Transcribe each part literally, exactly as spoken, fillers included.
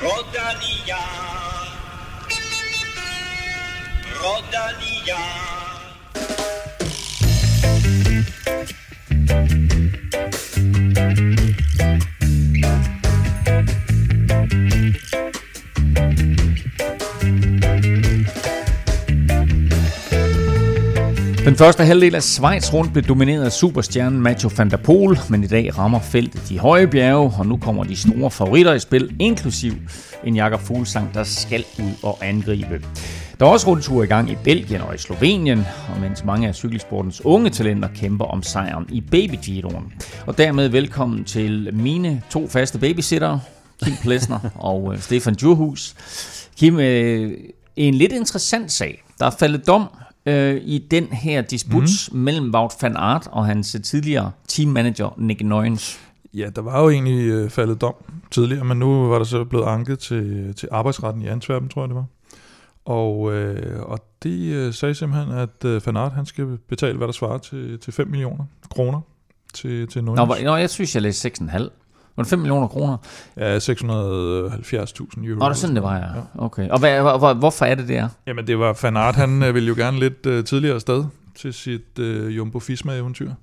Rodalia, Rodalia. Den første halvdel af Schweiz rundt blev domineret af superstjernen Mathieu van der Poel, men i dag rammer feltet de høje bjerge, og nu kommer de store favoritter i spil, inklusiv en Jakob Fuglsang, der skal ud og angribe. Der er også rundture i gang i Belgien og i Slovenien, og mens mange af cykelsportens unge talenter kæmper om sejren i Baby Giroen. Og dermed velkommen til mine to faste babysittere, Kim Plesner og Stefan Djurhus. Kim, øh, en lidt interessant sag. Der er faldet dom øh, i den her disputs mm. mellem Wout van Aert og hans tidligere teammanager Nick Nuijens. Ja, der var jo egentlig øh, faldet dom tidligere, men nu var der så blevet anket til, til arbejdsretten i Antwerpen, tror jeg det var. Og, øh, og de øh, sagde simpelthen, at øh, Van Aert, han skal betale, hvad der svarer til, til fem millioner kroner til, til Nuijens. Nå, nå, jeg synes, jeg læste seks komma fem. Var det fem millioner kroner? Ja, seks hundrede og halvfjerds tusind euro. Nå, det er sådan, det var, ja. Okay. Og hvad, hvor, hvorfor er det der? Jamen, det var Van Aert, han øh, ville jo gerne lidt øh, tidligere afsted til sit øh, Jumbo-Fisma-eventyr.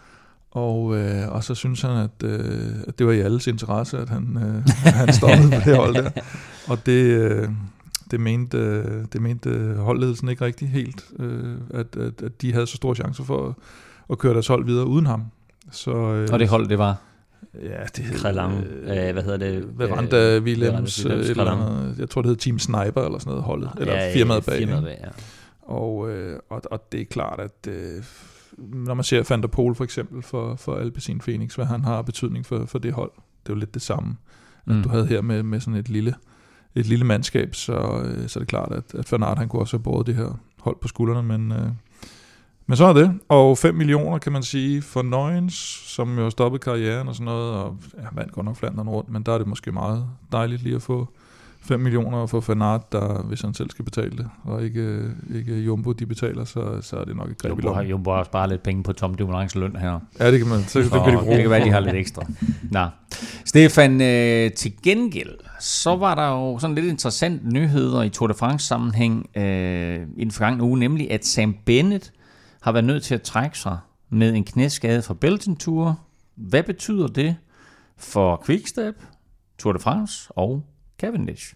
Og, øh, og så synes han, at, øh, at det var i alles interesse, at han, øh, han stoppede på det hold der. Og det... Øh, Det mente, det mente holdledelsen ikke rigtig helt, at, at, at de havde så store chancer for at, at køre deres hold videre uden ham. Så, og det hold, det var? Ja, det hed... Krelang, øh, hvad hedder det? Veranda Willems, et eller andet. Jeg tror, det hed Team Sniper eller sådan noget holdet, eller ja, firmaet bag. Firmaet bag, ja. Og, og, og det er klart, at når man ser Van der Poel for eksempel for, for Alpecin Phoenix, hvad han har betydning for, for det hold, det er jo lidt det samme, at mm. du havde her med, med sådan et lille... et lille mandskab, så, så er det klart, at, at Van Aert, han kunne også have båret det her hold på skuldrene, men, øh, men så er det. Og fem millioner, kan man sige, for Nuijens, som jo har stoppet karrieren og sådan noget, og ja, vandt godt nok Flandern rundt, men der er det måske meget dejligt lige at få fem millioner for Van Aert, der, hvis han selv skal betale det, og ikke, ikke Jumbo, de betaler, så, så er det nok et greb i lommen. Jumbo har sparet lidt penge på Tom Dumoulin's løn her. Ja, det kan man. Så, det, kan de bruge. Det kan være, de har lidt ekstra. Nå. Stefan, øh, til gengæld, så var der jo sådan lidt interessant nyheder i Tour de France sammenhæng øh, i den forgangne uge, nemlig at Sam Bennett har været nødt til at trække sig med en knæskade fra Belgian Tour. Hvad betyder det for Quickstep, Tour de France og Cavendish?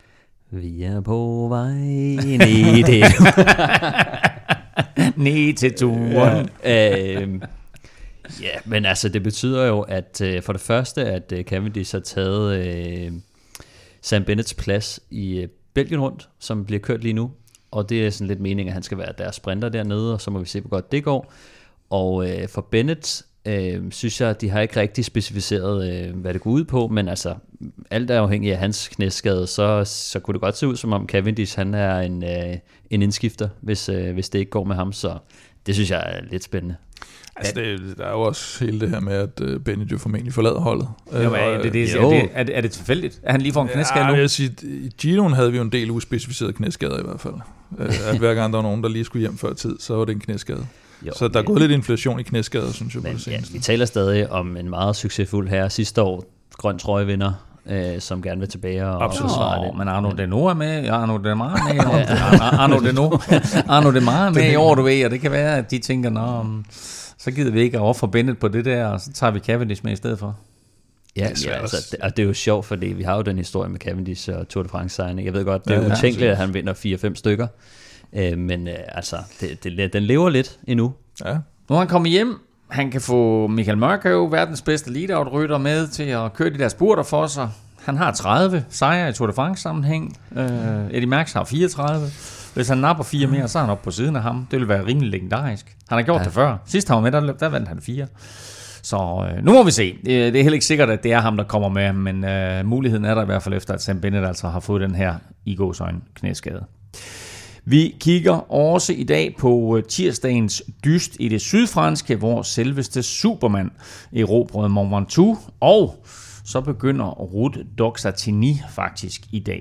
Vi er på vej ned til ned til turen. Ja. øh, ja, men altså det betyder jo, at øh, for det første, at øh, Cavendish har taget øh, Sam Bennetts plads i øh, Belgien rundt, som bliver kørt lige nu. Og det er sådan lidt meningen, at han skal være deres sprinter dernede, og så må vi se, hvor godt det går. Og øh, for Bennett øh, synes jeg, de har ikke rigtig specificeret, øh, hvad det går ud på, men altså alt er afhængig af hans knæskade, så, så kunne det godt se ud, som om Cavendish han er en, øh, en indskifter, hvis, øh, hvis det ikke går med ham, så det synes jeg er lidt spændende. Altså, det, der er jo også hele det her med, at uh, Bennett jo formentlig forlader holdet. Jo, men er det, det, er, det, er, det, er det tilfældigt? Er han lige får en knæskade nu? Ja, jeg sige, i Giroen havde vi jo en del uspecificerede knæskader i hvert fald. At hver gang der var nogen, der lige skulle hjem før tid, så var det en knæskade. Jo, så der er gået lidt inflation i knæskader, synes jeg. Men, på det ja, vi taler stadig om en meget succesfuld herre sidste år, grøn trøjevinder, øh, som gerne vil tilbage og absolut svare det. Men Arnaud Denot er med, Arnaud Demar er med i år. Arnaud Denot, Arnaud Demar er med i år, du ved, og det kan være, at de tænker, nå, så gider vi ikke at ofre Bennett på det der, og så tager vi Cavendish med i stedet for. Ja, ja altså, det, og det er jo sjovt, fordi vi har jo den historie med Cavendish og Tour de France-sejren. Jeg ved godt, det er ja, utænkeligt, ja, at han vinder fire fem stykker, øh, men øh, altså, det, det, den lever lidt endnu. Ja. Nu er han kommet hjem. Han kan få Michael Mørkøv, verdens bedste lead-out-rytter, med til at køre de der spurter for sig. Han har tredive sejre i Tour de France-sammenhæng. Uh, Eddie Merckx har fireogtredive. Hvis han napper fire mere, så er han oppe på siden af ham. Det vil være rimelig legendarisk. Han har gjort ja. det før. Sidst han var med, der, der vandt han fire. Så uh, nu må vi se. Det er heller ikke sikkert, at det er ham, der kommer med, men uh, muligheden er der i hvert fald efter, at Sam Bennett altså har fået den her i gåseøjne knæskade. Vi kigger også i dag på tirsdagens dyst i det sydfranske, hvor selveste Superman erobrede Mont Ventoux, og så begynder Route d'Occitanie faktisk i dag.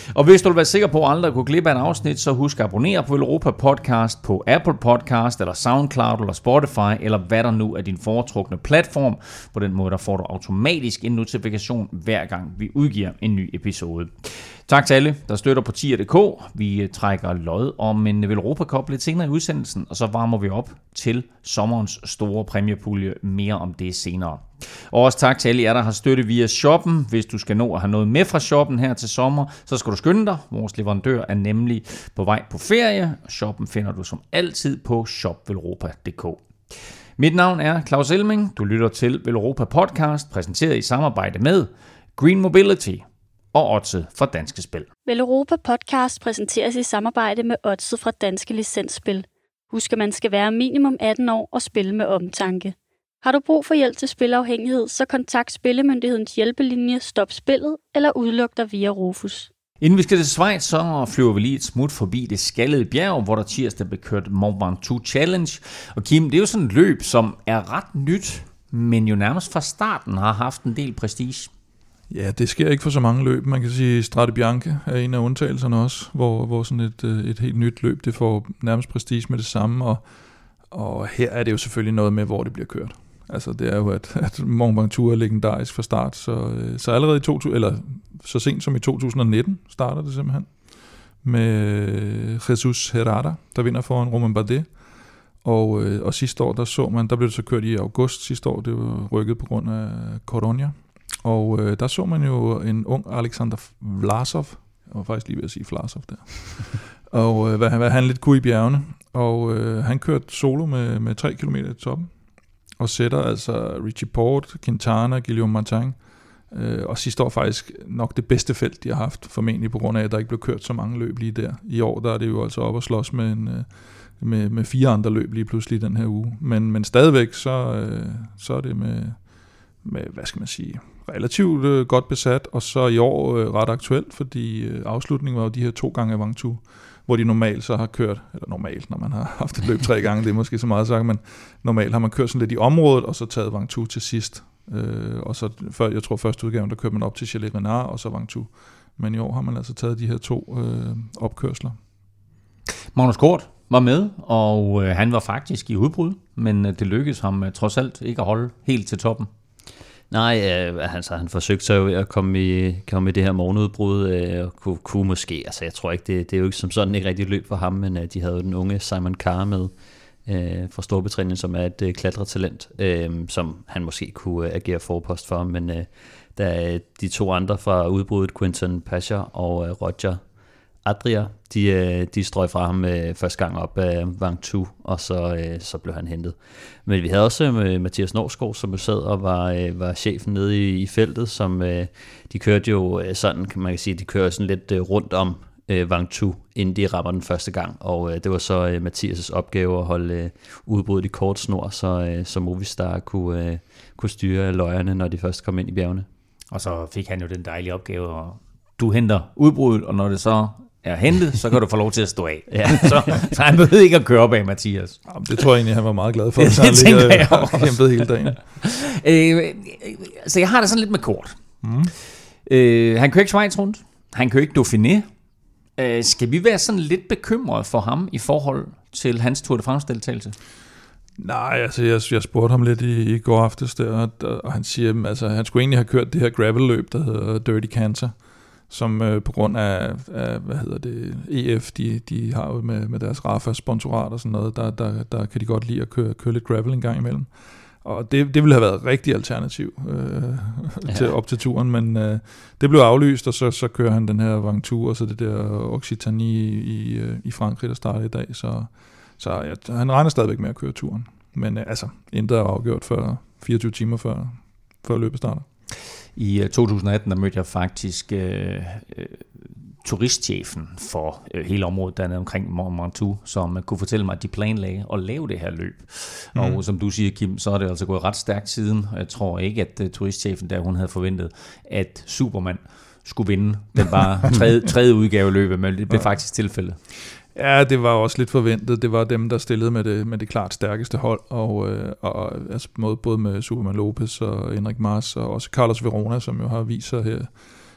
Og hvis du vil være sikker på, at aldrig kunne glip af en afsnit, så husk at abonnere på Velropa Podcast på Apple Podcast, eller SoundCloud, eller Spotify, eller hvad der nu er din foretrukne platform. På den måde, der får du automatisk en notifikation, hver gang vi udgiver en ny episode. Tak til alle, der støtter på tier punktum d k. Vi trækker lod om en Velropa Cup lidt senere i udsendelsen, og så varmer vi op til sommerens store præmiepulje. Mere om det senere. Og også tak til alle jer, der har støttet via shoppen. Hvis du skal nå at have noget med fra shoppen her til sommer, så skal du skynde dig. Vores leverandør er nemlig på vej på ferie. Shoppen finder du som altid på shop velropa punktum d k. Mit navn er Claus Elming. Du lytter til Velropa Podcast, præsenteret i samarbejde med Green Mobility og Oddset fra Danske Spil. Velropa Podcast præsenteres i samarbejde med Oddset fra Danske Licensspil. Husk, at man skal være minimum atten år og spille med omtanke. Har du brug for hjælp til spilafhængighed, så kontakt Spillemyndighedens hjælpelinje Stop Spillet eller udluk dig via Rufus. Inden vi skal til Schweiz, så flyver vi lige et smut forbi det skaldede bjerg, hvor der tirsdag blev kørt Mont Ventoux Challenge. Og Kim, det er jo sådan et løb, som er ret nyt, men jo nærmest fra starten har haft en del prestige. Ja, det sker ikke for så mange løb. Man kan sige, Strade Bianche er en af undtagelserne også, hvor, hvor sådan et, et helt nyt løb, det får nærmest prestige med det samme. Og, og her er det jo selvfølgelig noget med, hvor det bliver kørt. Altså det er jo, at, at Mont Ventoux er legendarisk fra start, så, så allerede i to tusind, eller så sent som i to tusind nitten starter det simpelthen med Jesus Herrada, der vinder foran Romain Bardet. Og, og sidste år, der så man, der blev det så kørt i august sidste år, det var rykket på grund af corona. Og øh, der så man jo en ung Alexander Vlasov, jeg var faktisk lige ved at sige Vlasov der, og øh, hvad, hvad han lidt kunne i bjergene, og øh, han kørte solo med, med tre kilometer i toppen, og sætter altså Richie Porte, Quintana, Guillaume Martin, øh, og sidste år faktisk nok det bedste felt, de har haft, formentlig på grund af, at der ikke blev kørt så mange løb lige der. I år, der er det jo altså op at slås med, en, øh, med, med fire andre løb lige pludselig den her uge, men, men stadigvæk, så, øh, så er det med, med, hvad skal man sige, relativt øh, godt besat, og så i år øh, ret aktuelt, fordi øh, afslutningen var jo de her to gange af Ventoux, hvor de normalt så har kørt, eller normalt, når man har haft et løb tre gange, det er måske så meget sagt, men normalt har man kørt sådan lidt i området, og så taget Ventoux til sidst. Øh, og så, før, jeg tror første udgaven, der kørte man op til Chalet Renard, og så Ventoux. Men i år har man altså taget de her to øh, opkørsler. Magnus Kort var med, og øh, han var faktisk i udbrud, men øh, det lykkedes ham øh, trods alt ikke at holde helt til toppen. Nej, øh, altså, han forsøgte så jo at komme i, komme i det her morgenudbrud, øh, og kunne, kunne måske, altså jeg tror ikke, det, det er jo ikke som sådan ikke rigtig løb for ham, men øh, de havde jo den unge Simon Carr med øh, fra Storbritannien, som er et øh, klatretalent, øh, som han måske kunne øh, agere forpost for, men øh, da de to andre fra udbruddet, Quentin Pasha og øh, Roger Adria, de, de strøg fra ham øh, første gang op af Ventoux, og så, øh, så blev han hentet. Men vi havde også med Mathias Norsgaard, som jo sad og var, øh, var chefen nede i, i feltet, som øh, de kørte jo øh, sådan, kan man sige, de kører sådan lidt øh, rundt om øh, Ventoux, inden de rammer den første gang, og øh, det var så øh, Mathias' opgave at holde øh, udbruddet i kort snor, så, øh, så Movistar kunne, øh, kunne styre løjerne, når de først kom ind i bjergene. Og så fik han jo den dejlige opgave, og du henter udbruddet, og når det så er hentet, så kan du få lov til at stå af. Ja. Så, så han behøvede ikke at køre op af Mathias. Jamen, det tror jeg egentlig, han var meget glad for, at han lige har kæmpet hele dagen. Øh, så jeg har det sådan lidt med Kort. Mm. Øh, han kører ikke Schweiz rundt. Han kører ikke Dauphiné. Øh, skal vi være sådan lidt bekymret for ham i forhold til hans Tour de France-deltagelse? Nej, altså jeg, jeg spurgte ham lidt i, i går aftes der, og han siger, altså han skulle egentlig have kørt det her gravel-løb, der hedder Dirty Cancer, som øh, på grund af, af, hvad hedder det, E F, de, de har jo med, med deres Rafa-sponsorat og sådan noget, der, der, der kan de godt lide at køre, køre lidt gravel en gang imellem. Og det, det ville have været et rigtigt alternativ øh, ja. til, op til turen, men øh, det blev aflyst, og så, så kører han den her Ventoux, og så det der Occitanie i, i, i Frankrig, der starter i dag, så, så ja, han regner stadigvæk med at køre turen. Men øh, altså, intet er afgjort før fireogtyve timer før, før løbet starter. I to tusind atten, der mødte jeg faktisk øh, øh, turistchefen for øh, hele området dernede omkring Mont Ventoux, som øh, kunne fortælle mig, at de planlagde at lave det her løb. Mm. Og som du siger, Kim, så er det altså gået ret stærkt siden. Jeg tror ikke, at uh, turistchefen der, hun havde forventet, at Superman skulle vinde den bare tredje, tredje udgave løbet, men det blev ja. faktisk tilfældet. Ja, det var også lidt forventet. Det var dem, der stillede med det, med det klart stærkeste hold, og, øh, og altså både med Superman Lopez og Enric Mas, og også Carlos Verona, som jo har vist sig her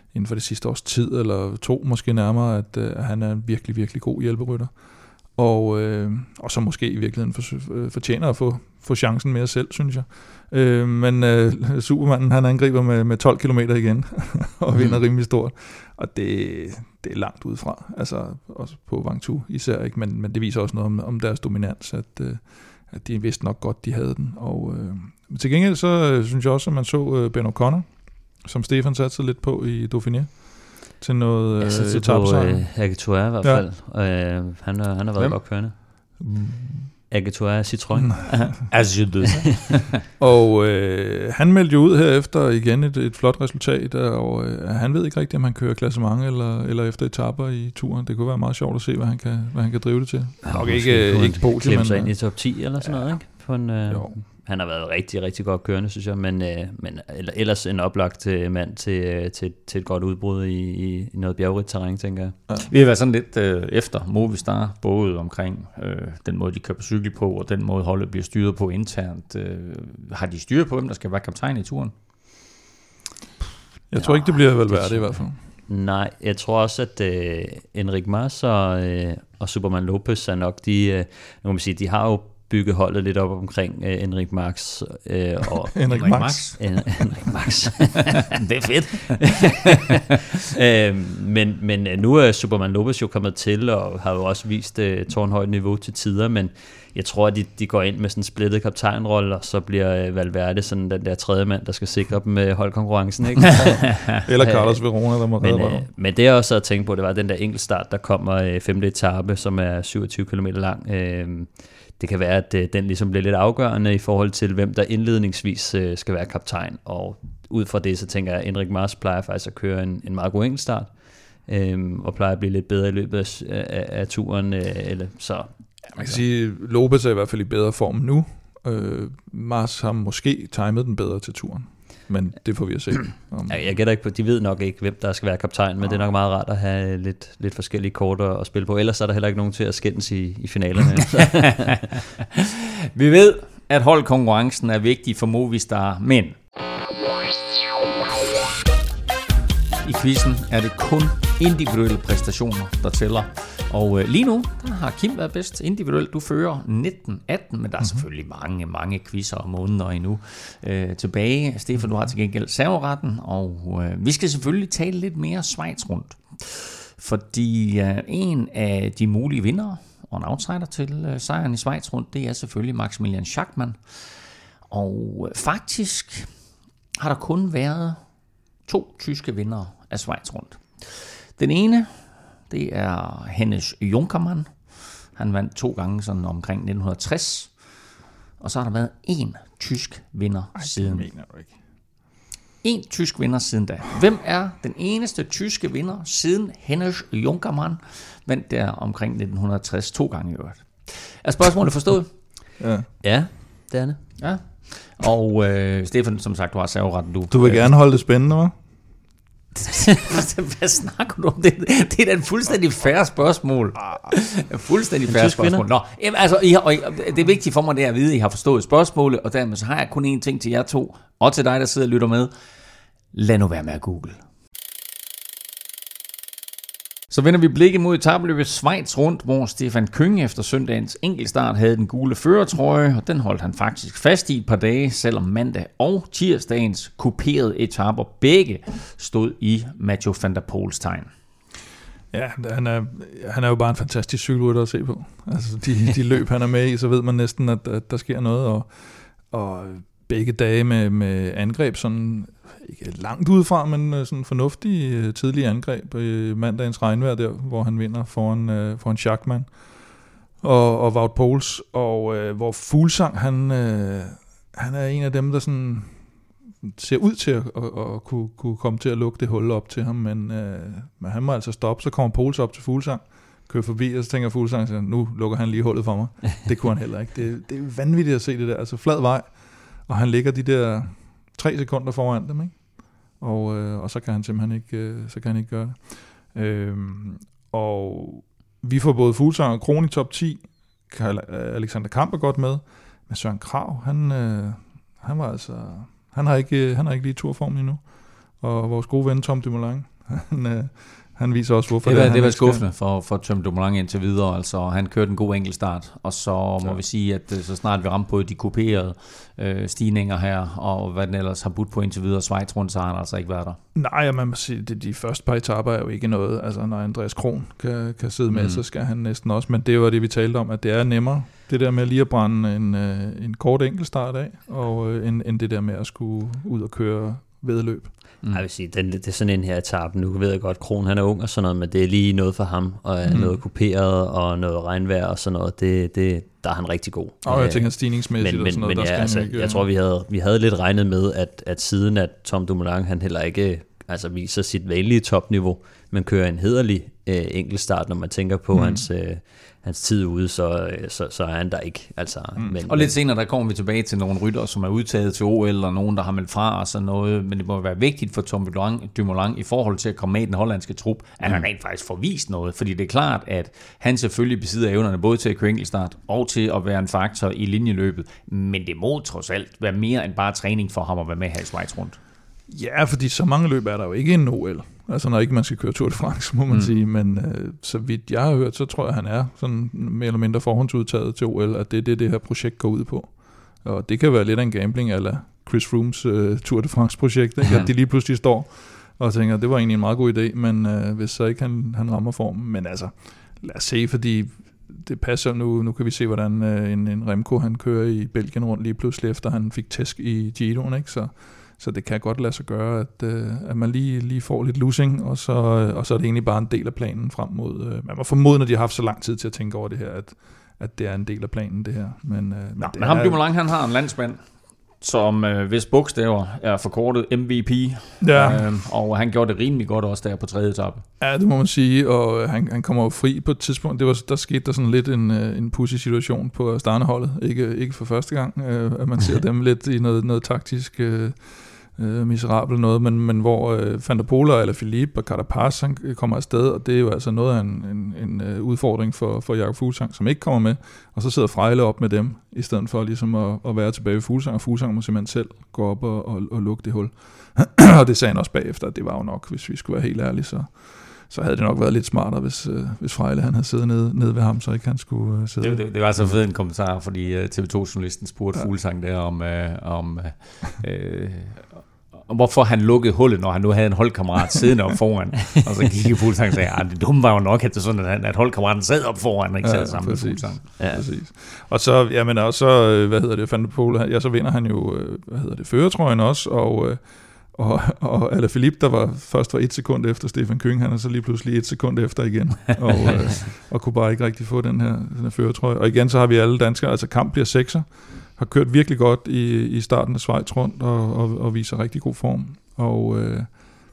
inden for det sidste års tid, eller to måske nærmere, at, øh, at han er en virkelig, virkelig god hjælperytter. Og, øh, og så måske i virkeligheden for, fortjener at få, få chancen mere selv, synes jeg. Øh, men øh, Supermanden, han angriber med, med tolv kilometer igen, og vinder mm. rimelig stort. Og det, det er langt udefra, altså også på Ventoux især, ikke? Men, men det viser også noget om, om deres dominans, at, øh, at de vidste nok godt, de havde den. Og øh, til gengæld så øh, synes jeg også, at man så øh, Ben O'Connor, som Stefan satte sig lidt på i Dauphiné, til noget jeg øh, etappesejr. Jeg på øh, Agatour i hvert fald. Ja. Øh, han, har, han har været Hvem? godt kørende. Mm. Agatour Citroën. Altså, og øh, han meldte jo ud herefter igen et, et flot resultat, og øh, han ved ikke rigtigt, om han kører klassement eller, eller efter etaper i turen. Det kunne være meget sjovt at se, hvad han kan, hvad han kan drive det til. Ja, nok ikke, øh, ikke podium, men sig ind i top ti eller sådan ja, noget, ikke? På en, øh, han har været rigtig, rigtig godt kørende, synes jeg, men, øh, men ellers en oplagt mand til, til, til et godt udbrud i, i noget bjergrigt terræn, tænker jeg. Ja. Vi har været sådan lidt øh, efter Movistar, både omkring øh, den måde, de kører på cykel på, og den måde, holdet bliver styret på internt. Øh, har de styret på, hvem der skal være kaptajn i turen? Jeg tror ikke, det bliver vel værd det i hvert fald. Nej, jeg tror også, at øh, Enric Mas og, øh, og Superman Lopez er nok de, øh, nu kan man sige, de har jo bygge holdet lidt op omkring uh, Enric Max øh, og Enric Max. Enric Max. Det er fedt. øh, men men nu er Superman Lopez jo kommet til og har jo også vist uh, tårnhøjt niveau til tider, men jeg tror, at de, de går ind med sådan en splittet kaptajnrolle, og så bliver uh, Valverde sådan den der tredje mand, der skal sikre dem med holdkonkurrencen, ikke? Eller Carlos Verona, der må redde men, uh, men det jeg også havde tænkt på, det var den der enkeltstart, der kommer uh, femte etape, som er syvogtyve kilometer lang. Uh, Det kan være, at øh, den ligesom bliver lidt afgørende i forhold til, hvem der indledningsvis øh, skal være kaptajn. Og ud fra det, så tænker jeg, at Enric Mas plejer faktisk at køre en, en meget god enkeltstart, øh, og plejer at blive lidt bedre i løbet af, af, af turen. Øh, eller, så, man kan altså sige, Lopez er i hvert fald i bedre form nu. Øh, Mas har måske timet den bedre til turen. Men det får vi at se. Om. Ja, jeg gætter ikke på, de ved nok ikke, hvem der skal være kaptajn, men ja. Det er nok meget rart at have lidt, lidt forskellige kort at spille på. Ellers er der heller ikke nogen til at skændes i, i finalerne. Vi ved, at holdkonkurrencen er vigtig for Movistar, men i quizzen er det kun individuelle præstationer, der tæller. Og øh, lige nu, der har Kim været bedst individuelt. Du fører nitten atten, men der er selvfølgelig mange, mange quizzer og måneder endnu øh, tilbage. Stefan, du har til gengæld serveretten, og øh, vi skal selvfølgelig tale lidt mere Schweiz rundt. Fordi øh, en af de mulige vindere og en outsider til øh, sejren i Schweiz rundt, det er selvfølgelig Maximilian Schachmann. Og øh, faktisk har der kun været to tyske vindere af Schweiz rundt. Den ene, det er Hennes Junkermann. Han vandt to gange sådan omkring nitten tres. Og så har der været én tysk vinder Ej, siden. Mener du ikke. En tysk vinder siden da. Hvem er den eneste tyske vinder siden Hennes Junkermann vandt der omkring nitten tres to gange i øvrigt? Er spørgsmålet forstået? Ja. Ja, det er det. Ja. Og øh, Stefan, som sagt, du har serveretten. Du, du vil øh, gerne holde det spændende, hva'? Hvad snakker du om? Det, det er da et fuldstændig fair spørgsmål. Fuldstændig fair spørgsmål. Nå, jamen, altså, I har, og det er vigtigt for mig det at vide, at I har forstået spørgsmålet, og dermed så har jeg kun én ting til jer to, og til dig, der sidder og lytter med. Lad nu være med at google. Så vender vi blikket mod etapeløbet Schweiz rundt, hvor Stefan Køng efter søndagens enkeltstart havde den gule førertrøje, og den holdt han faktisk fast i et par dage, selvom mandag og tirsdagens kuperede etaper begge stod i Mathieu van der Poels tegn. Ja, han er, han er jo bare en fantastisk cykelrytter at se på. Altså de, de løb, han er med i, så ved man næsten, at, at der sker noget, og, og begge dage med, med angreb, sådan ikke langt udefra, men sådan fornuftige tidlige angreb i mandagens regnvejr der, hvor han vinder foran, foran Schachmann og, og Wout Poels, og øh, hvor Fuglsang, han, øh, han er en af dem, der sådan ser ud til at, at, at kunne, kunne komme til at lukke det hul op til ham, men, øh, men han må altså stoppe, så kommer Poels op til Fuglsang, kører forbi, og så tænker Fuglsang, så nu lukker han lige hullet for mig. Det kunne han heller ikke. Det, det er vanvittigt at se det der, altså flad vej, og han ligger de der tre sekunder foran dem, ikke? Og, øh, og så kan han simpelthen ikke, øh, så kan han ikke gøre det. Øhm, og vi får både Fuglsang og Kron i top ti. Alexander Kamp er godt med, men Søren Krag, han, øh, han var altså, han har ikke, han har ikke lige turformen endnu. Og vores gode ven Tom Dumoulin, Han, øh, han viser også, hvorfor det var, det, det var skuffende for, for Tom Dumoulin indtil videre. Altså, han kørte en god enkeltstart, og så må ja. vi sige, at så snart vi ramte på de kuperede øh, stigninger her, og hvad den ellers har budt på indtil videre, Schweiz rundt, så har han altså ikke været der. Nej, man må sige, det, de første par etaper er jo ikke noget. Altså, når Andreas Kron kan, kan sidde med, mm. så skal han næsten også. Men det var det, vi talte om, at det er nemmere. Det der med lige at brænde en, en kort enkeltstart af, og end, end det der med at skulle ud og køre vedløb. Mm. Jeg vil sige, det, det er sådan en her etape. Nu ved jeg godt, Kron han er ung og sådan noget, men det er lige noget for ham, og mm. noget kuperet og noget regnvejr og sådan noget. Det, det, der er han rigtig god. Og jeg tænker stigningsmæssigt men, og sådan noget, men, der ja, skal altså, ikke... Jeg tror, vi havde, vi havde lidt regnet med, at, at siden at Tom Dumoulin, han heller ikke altså, viser sit vanlige topniveau, men kører en hederlig øh, enkeltstart, når man tænker på mm. hans... Øh, hans tid ude, så, så, så er han der ikke. Altså, mm. men, og lidt senere, der kommer vi tilbage til nogle ryttere, som er udtaget til O L, og nogen, der har meldt fra og sådan noget, men det må være vigtigt for Tom Dumoulin i forhold til at komme med i den hollandske trup, at mm. han rent faktisk får vist noget, fordi det er klart, at han selvfølgelig besidder evnerne både til at køre enkeltstart og til at være en faktor i linjeløbet, men det må trods alt være mere end bare træning for ham at være med her i Schweiz rundt. Ja, fordi så mange løb er der jo ikke en O L. Altså når ikke man skal køre Tour de France, må man mm. sige. Men øh, så vidt jeg har hørt, så tror jeg, han er sådan mere eller mindre forhåndsudtaget til O L, at det er det, det her projekt går ud på. Og det kan være lidt af en gambling, eller Chris Froomes øh, Tour de France-projekt, ikke? At de lige pludselig står og tænker, det var egentlig en meget god idé, men øh, hvis så ikke han, han rammer formen. Men altså, lad os se, fordi det passer nu. Nu kan vi se, hvordan øh, en, en Remco, han kører i Belgien rundt lige pludselig, efter han fik tæsk i Giroen, ikke? Så Så det kan godt lade sig gøre, at, øh, at man lige, lige får lidt losing, og så, og så er det egentlig bare en del af planen frem mod... Øh, man må formode, når de har haft så lang tid til at tænke over det her, at, at det er en del af planen, det her. Men, øh, men, Nå, det men ham er, Dumoulin, han har en landsmand, som øh, hvis bogstaver er forkortet M V P, ja. øh, og han gjorde det rimelig godt også der på tredje etape. Ja, det må man sige, og han, han kommer jo fri på et tidspunkt. Det var, der skete der sådan lidt en, en pussy situation på Astana-holdet, ikke, ikke for første gang, øh, at man ser dem lidt i noget, noget taktisk... Øh, Øh, miserabel noget, men, men hvor øh, Van der Poel eller Philippe og Carapaz han kommer afsted, og det er jo altså noget af en, en, en uh, udfordring for, for Jakob Fuglsang, som ikke kommer med, og så sidder Frejle op med dem, i stedet for ligesom at, at være tilbage ved Fuglsang, og Fuglsang må simpelthen selv gå op og, og, og lukke det hul. Og det sagde han også bagefter, at det var jo nok, hvis vi skulle være helt ærlige, så, så havde det nok været lidt smartere, hvis, øh, hvis Frejle han havde siddet nede, nede ved ham, så ikke han skulle øh, sidde. Det, det, det var altså fed en kommentar, fordi uh, T V to-journalisten spurgte ja. Fuglsang der om... Øh, om øh, og hvorfor han lukkede hullet, når han nu havde en holdkammerat siddende op foran. Og så gik Fuglsang og sagde, at det dumme var jo nok, at det sådan, at, at holdkammeraten sad op foran, og ikke sad ja, sammen præcis. Med Fuglsang. Ja, præcis. Og så, jamen, og så, hvad hedder det, Van der Poel, ja, så vinder han jo, hvad hedder det, førertrøjen også, og, og, og Alaphilippe, der var først var et sekund efter Stefan Küng, han er så lige pludselig et sekund efter igen, og, og kunne bare ikke rigtig få den her, den her førertrøje. Og igen, så har vi alle danskere, altså Kamp bliver sekser, har kørt virkelig godt i, i starten af Schweiz rundt, og, og, og viser rigtig god form. Og øh,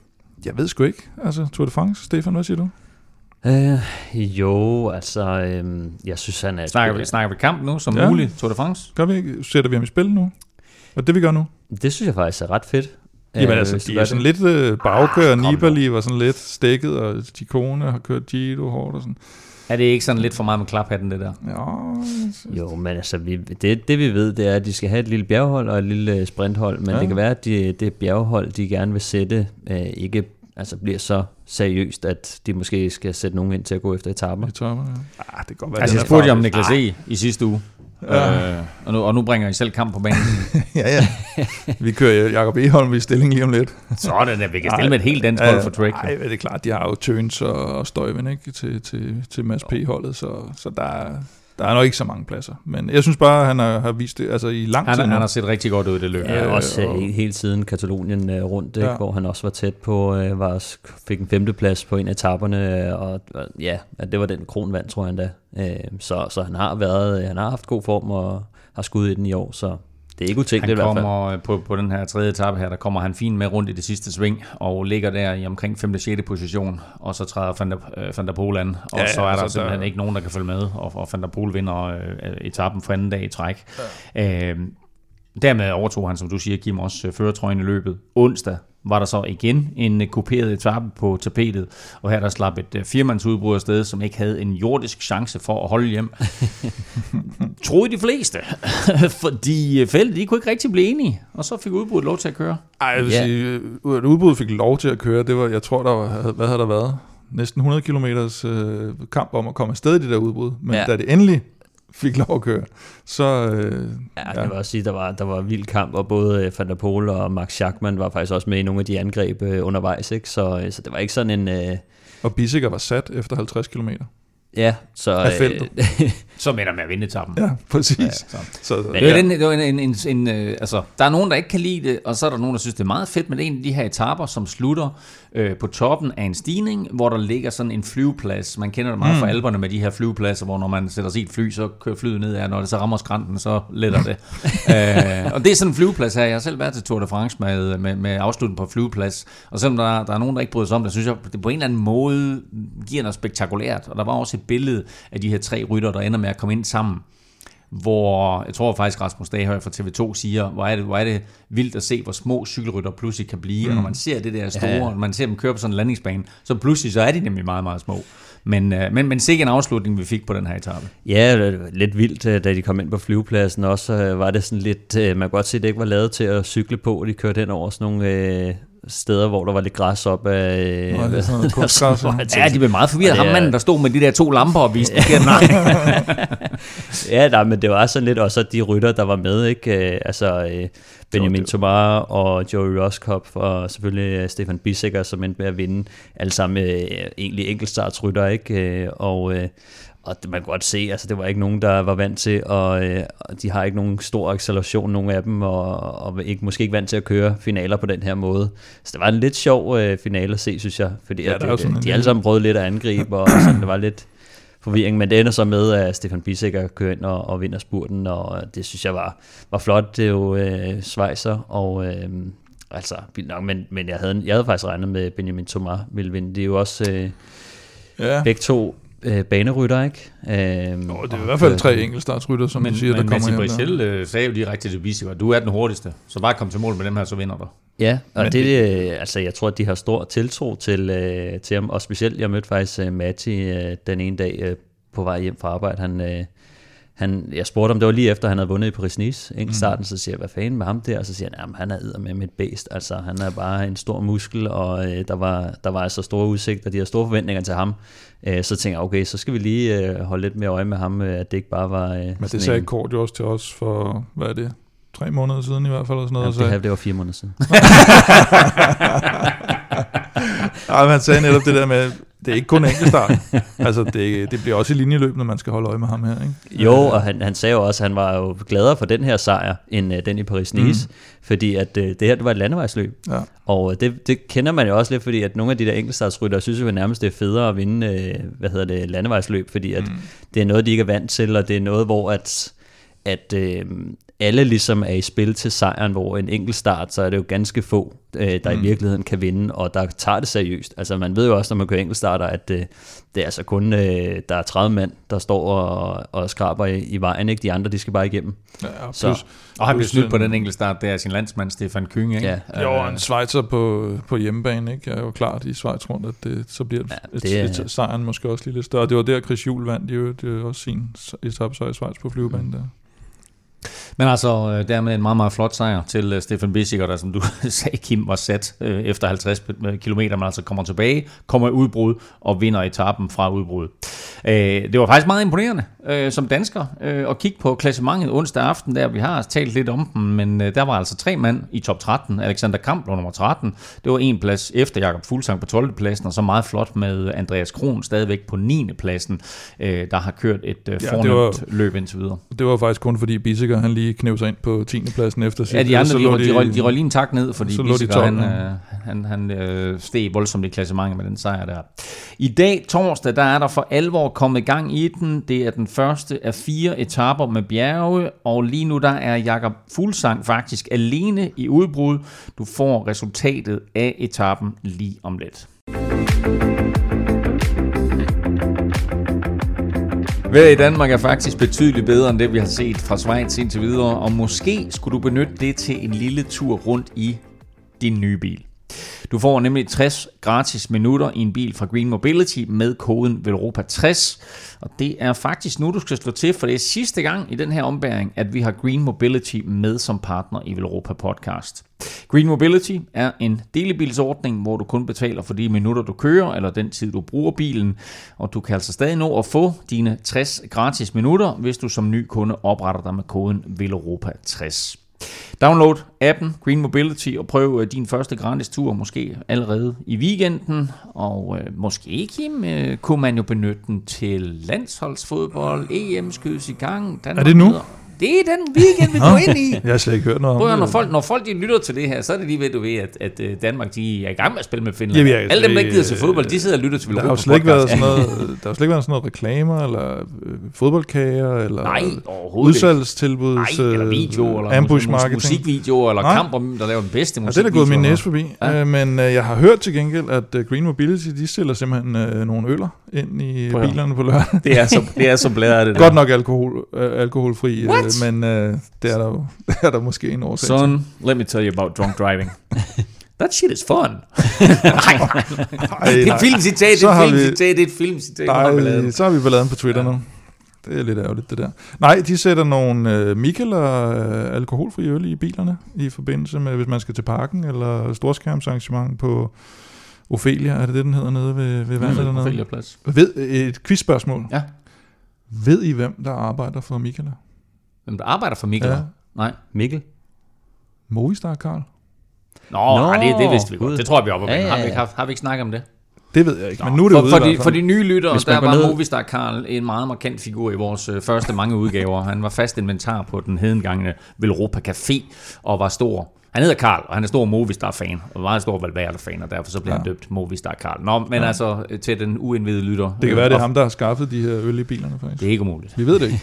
jeg ved sgu ikke, altså Tour de France, Stefan, hvad siger du? Øh, jo, altså, øh, jeg synes, han er... Snakker vi, snakker vi kamp nu, som ja. muligt, Tour de France? Gør vi ikke? Sætter vi ham i spil nu? Og det vi gør nu? Det synes jeg faktisk er ret fedt. Jamen øh, altså, de er sådan lidt øh, bagkører, ah, Nibali var sådan lidt stikket, og Ciccone har kørt Giro hårdt og sådan. Er det ikke sådan lidt for meget med klaphatten, det der? Ja. Jo, men altså, vi, det, det vi ved, det er, at de skal have et lille bjerghold og et lille sprinthold, men ja. Det kan være, at de, det bjerghold, de gerne vil sætte, øh, ikke altså bliver så seriøst, at de måske skal sætte nogen ind til at gå efter etaper. Etaper, ja. Ah, det kan godt være. Altså, jeg spurgte om Niklas E. i sidste uge, ja. øh, og, nu, og nu bringer I selv kamp på banen. ja, ja. Vi kører Jakob Egholm i stilling lige om lidt. Sådan, at vi kan stille med et helt dansk hold for Trek. Nej, det er klart, de har jo Tøns og, og Støjven, ikke, til, til, til Mads P-holdet, så, så der er... Der er nok ikke så mange pladser, men jeg synes bare, at han har, har vist det altså i lang tid. Han, han har set rigtig godt ud i det løb. Ja, også øh, og, hele tiden Katalonien øh, rundt, ikke, ja. Hvor han også var tæt på, øh, var, fik en femteplads på en af etaperne, og, og ja, det var den kronvand, tror jeg endda. Øh, så, så han har været, han har haft god form og har skudt i den i år, så det er ikke utænkeligt i hvert fald. Han kommer på, på den her tredje etape her, der kommer han fint med rundt i det sidste sving, og ligger der i omkring femte sjette position, og så træder Van der, øh, Van der Poel an, og ja, så er der altså simpelthen der... ikke nogen, der kan følge med, og, og Van der Poel vinder øh, etappen for anden dag i træk. Ja. Øh, dermed overtog han, som du siger, Kim, også førertrøjen i løbet. Onsdag var der så igen en kuperet etape på tapetet, og her der slap et firmandsudbrud afsted, som ikke havde en jordisk chance for at holde hjem. troede de fleste, fordi feltet, de kunne ikke rigtig blive enige, og så fik udbruddet lov til at køre. Ej, jeg vil Ja. sige, at udbruddet fik lov til at køre, det var, jeg tror, der var, hvad havde der været? Næsten hundrede kilometers øh, kamp om at komme afsted i det der udbrud, men Ja. da det endelig fik lov at køre, så... Øh, Ja, ja. det vil også sige, der var, der var vild kamp, og både Van der Poel og Max Schachmann var faktisk også med i nogle af de angreb øh, undervejs, ikke? Så, øh, så det var ikke sådan en... Øh, Og Bissiger var sat efter halvtreds kilometer. ja, så... Af feltet. Så ender med at vinde etappen. Ja, præcis. Ja, så. Så, Men- Det er den, det er en, en, en, en, øh, altså, der er nogen, der ikke kan lide det, og så er der nogen, der synes, det er meget fedt med en af de her etaper, som slutter øh, på toppen af en stigning, hvor der ligger sådan en flyveplads. Man kender det meget mm. fra Alperne med de her flyvepladser, hvor når man sætter sig i et fly, så kører flyet ned, og når det så rammer skrænten, så letter det. øh, og det er sådan en flyveplads her. Jeg har selv været til Tour de France med, med, med afslutning på flyveplads, og selvom der, der er nogen, der ikke bryder sig om det, synes jeg, det på en eller anden måde giver noget spektakulært. Og der var også et billede af de her tre rytter, der ender med at komme ind sammen, hvor jeg tror faktisk Rasmus Daghøj fra T V to siger, hvor er, det, hvor er det vildt at se, hvor små cykelrytter pludselig kan blive, mm. og når man ser det der store, Ja, ja. og man ser dem køre på sådan en landingsbane, så pludselig så er de nemlig meget, meget små. Men, øh, men, men sikke en afslutning, vi fik på den her etape. Ja, det var lidt vildt, øh, da de kom ind på flyvepladsen også, øh, var det sådan lidt, øh, man kan godt se, at det ikke var lavet til at cykle på, og de kørte hen over sådan nogle øh, steder, hvor der var lidt græs op af... Øh, Nå, det er sådan noget kunstgræs, ja. Ja, de blev meget forvirret. Og det Ham er- manden, der stod med de der to lamper og viste, ja. nej. Ja, nej, men det var sådan lidt, og så de rytter, der var med, ikke? Øh, altså øh, Benjamin Thomas og Joey Rosskopf, og selvfølgelig øh, Stefan Bissiger, som endte med at vinde, alle sammen øh, egentlig enkeltstartsrytter, ikke? Øh, og øh, og det, man kan godt se, altså det var ikke nogen, der var vant til, og, øh, og de har ikke nogen stor acceleration, nogen af dem, og, og ikke, måske ikke vant til at køre finaler på den her måde. Så det var en lidt sjov øh, finale at se, synes jeg, fordi Ja, at, der er jo sådan de, en de alle sammen prøvede lidt at angribe, og sådan, det var lidt forvirring, men det ender så med, at Stefan Bissiger kører ind og, og vinder spurten, og det synes jeg var, var flot. Det er jo øh, Schweizer, og øh, altså, vildt nok, men, men jeg, havde, jeg havde faktisk regnet med, Benjamin Thomas ville vinde. Det er jo også øh, Ja. begge to øh, banerytter, ikke? Øh, Nå, det er i hvert fald tre enkeltstartsrytter, som Men, du siger, men der kommer Mathieu her. Brichel øh, sagde jo direkte til Bissiger, du er den hurtigste, så bare kom til mål med dem her, så vinder du. Ja, og Men det, øh, altså jeg tror, at de har stor tiltro til, øh, til ham, og specielt, jeg mødte faktisk øh, Matti øh, den ene dag øh, på vej hjem fra arbejde. Han, øh, han, jeg spurgte om det var lige efter, han havde vundet i Paris-Nice, enkeltstarten, mm. så siger jeg, hvad fanden med ham der? Og så siger han, jamen, han er eddermed med et bæst, altså han er bare en stor muskel, og øh, der, var, der var altså store udsigter, de har store forventninger til ham. Øh, så tænker jeg, okay, så skal vi lige øh, holde lidt mere øje med ham, øh, at det ikke bare var... Øh, Men det sådan sagde en- Kort jo også til os for, hvad er det, tre måneder siden i hvert fald, eller sådan noget. Ja, og det, sagde, her, det var fire måneder siden. Ej, men han sagde netop det der med, det er ikke kun enkeltstart. Altså, det, det bliver også i linjeløb, når man skal holde øje med ham her, ikke? Jo, og han, han sagde jo også, at han var jo gladere for den her sejr, end uh, den i Paris-Nice, mm. fordi at uh, det her det var et landevejsløb. Ja. Og uh, det, det kender man jo også lidt, fordi at nogle af de der enkeltstartsryttere synes jo nærmest, det er federe at vinde uh, hvad hedder det, landevejsløb, fordi at mm. det er noget, de ikke er vant til, og det er noget, hvor at, at uh, alle ligesom er i spil til sejren, hvor en enkelt start, så er det jo ganske få, øh, der mm. i virkeligheden kan vinde, og der tager det seriøst. Altså man ved jo også, når man kører enkeltstarter, at øh, det er altså kun, øh, der er tredive mand, der står og, og skraber i, i vejen, ikke? De andre, de skal bare igennem. Ja, plus, Så. Og han blev plus snydt på en- den enkelte start, der er sin landsmand Stefan Küng, ikke? Ja. Jo, og en Schweizer på, på hjemmebane, ikke? Jeg er jo klart i Schweiz rundt, at det, så bliver Ja, et, det er- et, et, sejren måske også lige lidt større. Det var der, Chris Juhl vandt jo, det var også sin etapesejr i Schweiz på flyvebanen der. Men altså, øh, dermed en meget, meget flot sejr til øh, Stefan Bissiger, der som du sagde, Kim, var sat øh, efter halvtreds kilometer, men altså kommer tilbage, kommer i udbrud og vinder etappen fra udbrud. Øh, det var faktisk meget imponerende øh, som dansker øh, at kigge på klassementet onsdag aften, der vi har talt lidt om dem, men øh, der var altså tre mand i top tretten. Alexander Kamp blev nummer tretten. Det var en plads efter Jakob Fuglsang på tolvte pladsen, og så meget flot med Andreas Kron stadigvæk på niende pladsen, øh, der har kørt et øh, Ja, fornemt det var- løb indtil videre. Det var faktisk kun fordi Bissiger, han lige knev sig ind på tiende pladsen efter sit. Ja, de andre, så de, lå de, de, røg, de røg lige en tak ned, fordi så lå de Bissiger, tolv, han, ja. øh, han, han øh, steg voldsomt i klassementet med den sejr der. I dag, torsdag, der er der for alvor kommet gang i den. Det er den første af fire etaper med bjerge, og lige nu der er Jakob Fuglsang faktisk alene i udbrud. Du får resultatet af etappen lige om lidt. Vejret i Danmark er faktisk betydeligt bedre end det, vi har set fra Schweiz indtil videre, og måske skulle du benytte det til en lille tur rundt i din nye bil. Du får nemlig tres gratis minutter i en bil fra Green Mobility med koden Velropa tres, og det er faktisk nu, du skal slå til, for det er sidste gang i den her ombæring, at vi har Green Mobility med som partner i Velropa Podcast. Green Mobility er en delebilsordning, hvor du kun betaler for de minutter, du kører, eller den tid, du bruger bilen, og du kan altså stadig nå at få dine tres gratis minutter, hvis du som ny kunde opretter dig med koden Velropa tres. Download appen Green Mobility og prøv din første gratis tur, måske allerede i weekenden. Og øh, måske, Kim, øh, kunne man jo benytte den til landsholdsfodbold, E M skydes i gang. Danmark er det nu? Møder. Det er den weekend, vi går ind i. Jeg har slet ikke hørt noget om Prøv, det. Når folk, når folk de lytter til det her, så er det lige ved, du ved, at, at Danmark de er i gang med at spille med Finland. Jamen, Alle dem, der ikke gider til fodbold, de sidder og lytter til Velropa Podcast. Der har jo slet ikke været sådan noget, der har slet ikke været sådan noget reklamer, eller øh, fodboldkager, eller Nej, udsalgstilbud, Nej, eller video, eller ambush marketing. Musikvideoer, eller Nej. kamper, der laver den bedste musik. Ja, det er da gået min næse forbi. Ja. Øh, men øh, jeg har hørt til gengæld, at uh, Green Mobility, de stiller simpelthen øh, nogle øller ind i Prøv. bilerne på lørdag. Det er så, det er så blæret, det der. Godt nok alkohol, øh, alkoholfri, øh, men øh, det er der jo det er der måske en årsag til. Son, let me tell you about drunk driving. That shit is fun. nej, det er et filmcitat, det er et filmcitat, det er et filmcitat. Nej, så har vi balladen på Twitter ja. nu. Det er lidt ærgerligt, det der. Nej, de sætter nogle øh, Mikkel og øh, alkoholfri øl i bilerne, i forbindelse med, hvis man skal til parken, eller storskærmsarrangement på Ophelia, er det det, den hedder nede ved, ved vandet? Mm, Ophelia Plads. Ved, et quizspørgsmål. Ja. Ved I, hvem der arbejder for Mikkel? Hvem der arbejder for Mikkel? Ja. Nej. Mikkel? Movistar Karl. Nå, Nå nej, det, det vidste vi godt. Det tror jeg, vi er oppe ja, ja, ja. Har, vi ikke, har, har vi ikke snakket om det? Det ved jeg ikke, men nu er det for, ude for, de, for de nye lyttere, der var ned... Movistar Karl en meget markant figur i vores øh, første mange udgaver. Han var fast inventar på den hedengangne Velropa Café og var stor. Han hedder Karl, og han er stor Movistar-fan, og meget stor Valverde-fan, og derfor så blev ja. han døbt Movistar Karl. Nå, men ja. altså til den uindvidede lytter. Det kan øh, være, det er ham, der har skaffet de her øl i bilerne, faktisk. Det er ikke umuligt. Vi ved det ikke.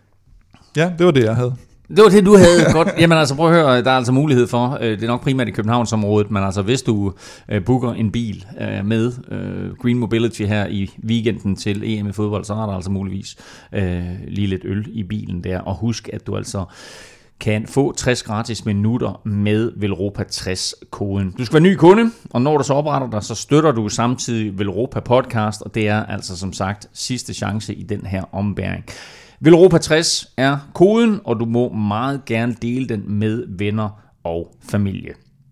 Ja, det var det, jeg havde. Det var det, du havde. Godt. Jamen altså, prøv at høre, der er altså mulighed for, det er nok primært i Københavnsområdet, men altså hvis du booker en bil med Green Mobility her i weekenden til E M i fodbold, så er der altså muligvis lige lidt øl i bilen der. Og husk, at du altså kan få tres gratis minutter med Velropa tres-koden. Du skal være ny kunde, og når du så opretter dig, så støtter du samtidig Velropa Podcast, og det er altså som sagt sidste chance i den her ombæring. Velropa tres er koden, og du må meget gerne dele den med venner og familie.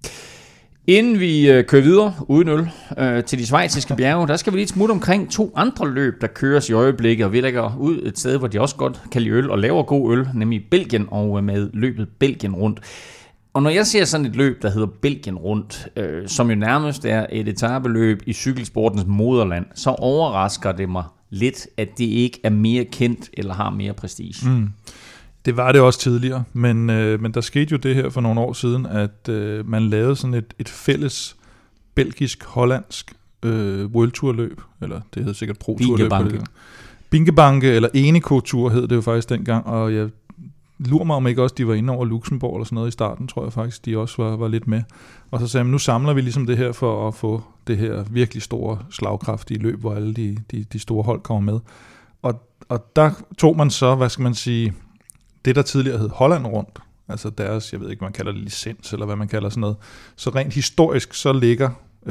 Inden vi øh, kører videre uden øl øh, til de schweiziske bjerge, der skal vi lige smutte omkring to andre løb, der køres i øjeblikket, og vi lægger ud et sted, hvor de også godt kan lide øl og laver god øl, nemlig Belgien, og øh, med løbet Belgien rundt. Og når jeg ser sådan et løb, der hedder Belgien rundt, øh, som jo nærmest er et etapeløb i cykelsportens moderland, så overrasker det mig lidt, at det ikke er mere kendt eller har mere prestige. Mm. Det var det også tidligere, men, øh, men der skete jo det her for nogle år siden, at øh, man lavede sådan et, et fælles belgisk-hollandsk øh, World Tour løb, eller det hed sikkert Pro Tour løb. Bingebanke, eller Eneco Tour hed det jo faktisk dengang, og jeg lurer mig om ikke også, de var inde over Luxembourg eller sådan noget i starten, tror jeg faktisk, de også var, var lidt med. Og så sagde man, nu samler vi ligesom det her for at få det her virkelig store slagkraftige løb, hvor alle de, de, de store hold kommer med. Og, og der tog man så, hvad skal man sige, det der tidligere hed Holland rundt, altså deres, jeg ved ikke, hvad man kalder det, licens, eller hvad man kalder sådan noget. Så rent historisk, så ligger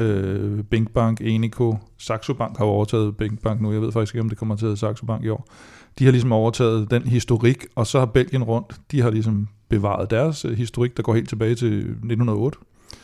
øh, Binkbank, Eneco, Saxo Bank har jo overtaget Binkbank nu, jeg ved faktisk ikke, om det kommer til at Saxo Bank i år. De har ligesom overtaget den historik, og så har Belgien rundt, de har ligesom bevaret deres øh, historik, der går helt tilbage til nitten hundrede og otte,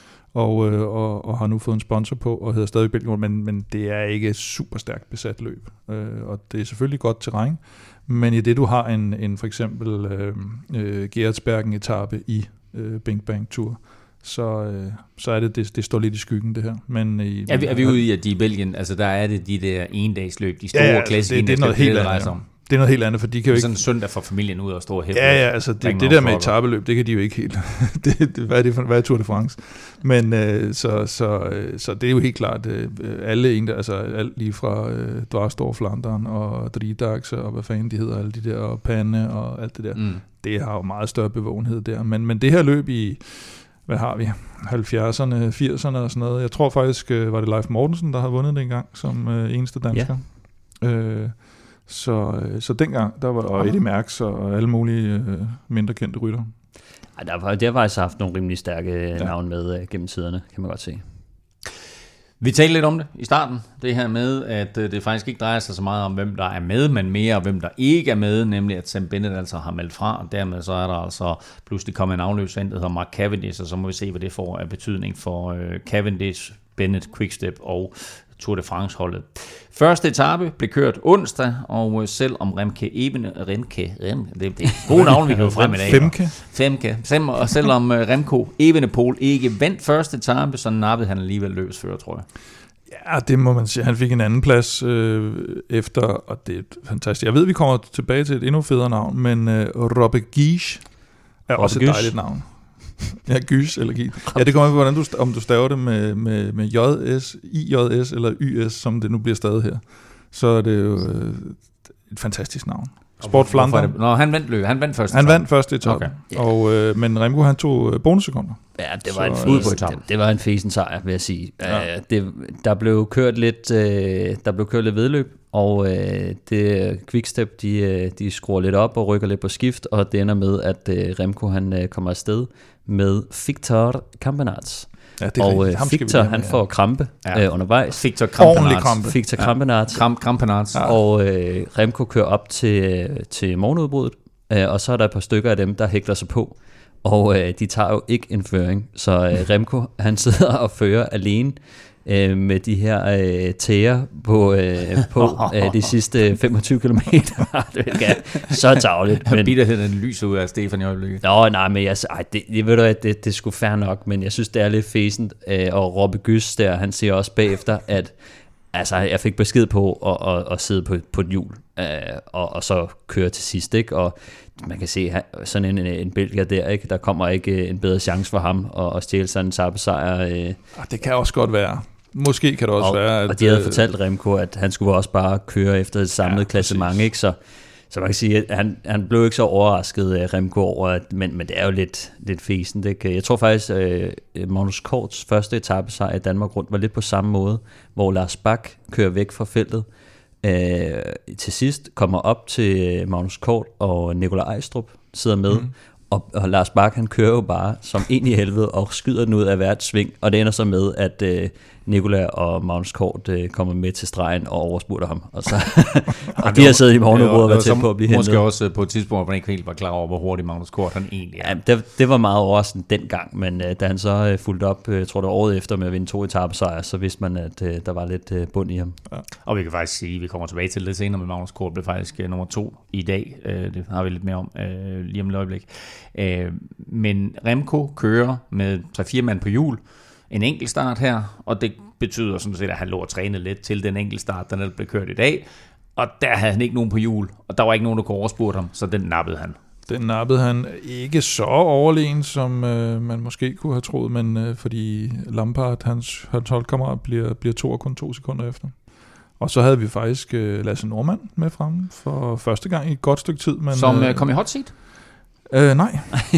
og, øh, og, og har nu fået en sponsor på, og hedder stadig Belgien rundt, men, men det er ikke et super stærkt besat løb, øh, og det er selvfølgelig godt terræn, men i det du har en, en for eksempel øh, øh, Gerardsbergen-etape i øh, Binkbank Tour, så, øh, så er det, det, det står lidt i skyggen det her. Men i, er, vi, er vi ude i, at de i Belgien, altså der er det de der endagsløb, de store ja, ja, klassiske det, det er noget helt andet, om. Det er noget helt andet, for de kan jo ikke... Sådan en søndag for familien ud og stå og hæppe. Ja, ja, altså det, det der med etabeløb, det kan de jo ikke helt. det, det, hvad er det for, hvad er Tour de France? Men øh, så, så, øh, så det er jo helt klart, øh, alle en der, altså alt lige fra øh, Dvarstor, Flandern og Dridax og hvad fanden de hedder, alle de der, og Panne og alt det der. Mm. Det har jo meget større bevågenhed der. Men, men det her løb i, hvad har vi, halvfjerdserne, firserne og sådan noget. Jeg tror faktisk, øh, var det Leif Mortensen, der har vundet det engang som øh, eneste dansker. Ja. Øh, Så, så dengang, der var og Eddie Merckx og alle mulige øh, mindre kendte rytter. Ej, der har der faktisk haft nogle rimelig stærke ja. navn med øh, gennem tiderne, kan man godt se. Vi talte lidt om det i starten, det her med, at det faktisk ikke drejer sig så meget om, hvem der er med, men mere om, hvem der ikke er med, nemlig at Sam Bennett altså har meldt fra, og dermed så er der altså pludselig kommet en afløser ind, der hedder Mark Cavendish, og så må vi se, hvad det får af betydning for Cavendish, Bennett, Quickstep og Tour de France-holdet. Første etape blev kørt onsdag, og selvom Remke Evene, Remke, Remke, det, det er gode navn, vi kan jo frem i dag. Femke. Femke. Og selvom Remco Evenepoel ikke vandt første etape, så nappede han alligevel løbsfører, tror jeg. Ja, det må man sige. Han fik en anden plads øh, efter, og det er fantastisk. Jeg ved, vi kommer tilbage til et endnu federe navn, men øh, Robbe Gies er Robbe også et Gies. Dejligt navn. Ja, Gys eller Gies. Ja, det kommer an på, hvordan du, om du staver det med, med, med J S, I J S eller Y S, som det nu bliver stavet her. Så er det jo øh, et fantastisk navn. Sport Flandern. Nå, han vandt løb. Han vandt første Han vandt første etape. Okay. Yeah. Og, øh, men Remco, han tog bonussekunder. Ja, det var, så, en fesen, det, det var en fesen sejr, vil jeg sige. Ja. Uh, det, der blev kørt lidt, uh, der blev kørt lidt vedløb, og uh, det Quickstep, de, de skruer lidt op og rykker lidt på skift, og det ender med, at uh, Remco, han uh, kommer afsted med Victor Campenaerts. Ja, og øh, Victor, han får krampe ja. øh, undervejs. Victor Campenaerts. Krampe. Victor Campenaerts. Ja. Campenaerts. Ja. Og øh, Remco kører op til, til morgenudbruddet, øh, og så er der et par stykker af dem, der hækler sig på. Og øh, de tager jo ikke en føring. Så øh, Remco, han sidder og fører alene øh, med de her øh, tæer på, øh, på øh, de sidste femogtyve kilometer. Det er så tarveligt. Men bitterheden lyser ud af Stefan i øjeblikket. Nå, nej, men jeg, ej, det, jeg ved du, at det, det er sgu fair nok, men jeg synes, det er lidt fæsent. Øh, og Robbe Gys der, han siger også bagefter, at altså, jeg fik besked på at, at, at sidde på, på et hjul, øh, og, og så køre til sidst, ikke? Og man kan se, sådan en, en belgier der, ikke? Der kommer ikke en bedre chance for ham at, at stjæle sådan en etappesejr. Øh. Det kan også godt være. Måske kan det også og, være. At, og de havde fortalt Remco, at han skulle også bare køre efter et samlet ja, klassement, ikke? Så, så man kan sige, at han, han blev ikke så overrasket af Remco over, at, men, men det er jo lidt, lidt fæsent, ikke? Jeg tror faktisk, at Magnus Korts første etappesejr i Danmark rundt var lidt på samme måde, hvor Lars Bak kører væk fra feltet. Øh, til sidst kommer op til Magnus Kort, og Nikolaj Ejstrup sidder med, mm. og, og Lars Bak, han kører jo bare som ind i helvede og skyder den ud af hvert sving, og det ender så med, at øh, Nikolaj og Magnus Kort øh, kommer med til stregen og overspurter ham, og, så, og de har siddet i morgenudbrud og været tæt på at blive hentet. Måske også på et tidspunkt, hvor man ikke helt var klar over, hvor hurtigt Magnus Kort han egentlig er. Ja, det, det var meget overraskende dengang, men øh, da han så øh, fulgte op, jeg øh, tror det var året efter med at vinde to etapesejre, så vidste man, at øh, der var lidt øh, bund i ham. Ja. Og vi kan faktisk sige, at vi kommer tilbage til det senere, med Magnus Kort blev faktisk øh, nummer to i dag. Øh, det har vi lidt mere om øh, lige om et øjeblik. Øh, men Remco kører med tre fire mand på hjul, en enkelt start her, og det betyder sådan set, at han lå og træne lidt til den enkelt start, der blev kørt i dag, og der havde han ikke nogen på hjul, og der var ikke nogen, der kunne overspurgte ham, så den nappede han. Den nappede han ikke så overlegen, som øh, man måske kunne have troet, men øh, fordi Lampard, hans, hans holdkammerat, bliver, bliver to og kun to sekunder efter. Og så havde vi faktisk øh, Lasse Nordmand med fremme for første gang i et godt stykke tid. Men, som øh, kom i hot seat? Øh, nej.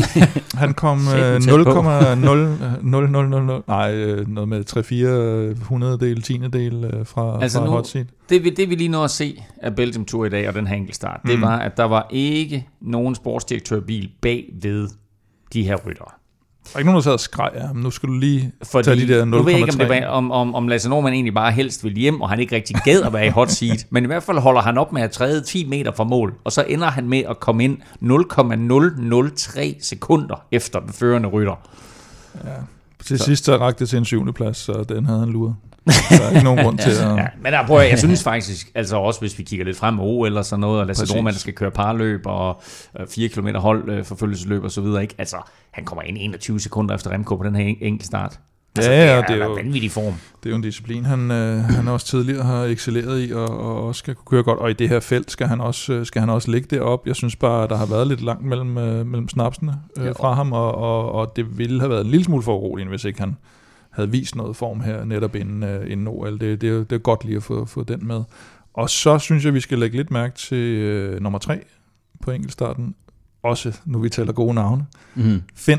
Han kom nul komma nul nul nul nul nej, noget med tre fire hundrededel, tiendedel fra, altså fra nu, hot seat. Det vi, det vi lige nåede at se af Belgium Tour i dag og den her enkeltstart, mm. det var, at der var ikke nogen sportsdirektørbil bag ved de her ryttere. Der er ikke nogen, der sad og skreg, ja, men nu skal du lige fordi, tage de der nul komma tre. Nu ved jeg ikke, om, det var, om, om, om Lasse Nordmand egentlig bare helst vil hjem, og han ikke rigtig gad at være i hot seat, men i hvert fald holder han op med at træde ti meter fra mål, og så ender han med at komme ind nul komma nul nul tre sekunder efter den førende rytter. Ja, til så. sidst så rakte det til en syvende plads, så den havde han luret. Der er ikke nogen grund til at... Ja, men der prøver jeg, jeg synes faktisk, altså også hvis vi kigger lidt frem med O L eller sådan noget, og Lasse Nordmand skal køre parløb og fire kilometer hold øh, forfølgelsesløb og så videre, ikke? Altså, han kommer ind enogtyve sekunder efter Remco på den her enkelt start. Altså, ja, ja, det er, det er jo vanvittig form. Det er jo en disciplin, han, øh, han også tidligere har excelleret i, og, og også skal kunne køre godt. Og i det her felt skal han også, skal han også ligge derop. Jeg synes bare, der har været lidt langt mellem, øh, mellem snapsene øh, ja, fra ham, og, og, og det ville have været en lille smule for urolig, hvis ikke han havde vist noget form her netop inden, uh, inden O L. Det, det, det er godt lige at få, få den med. Og så synes jeg, vi skal lægge lidt mærke til uh, nummer tre på enkeltstarten. Også, nu vi taler gode navne. Mm. Finn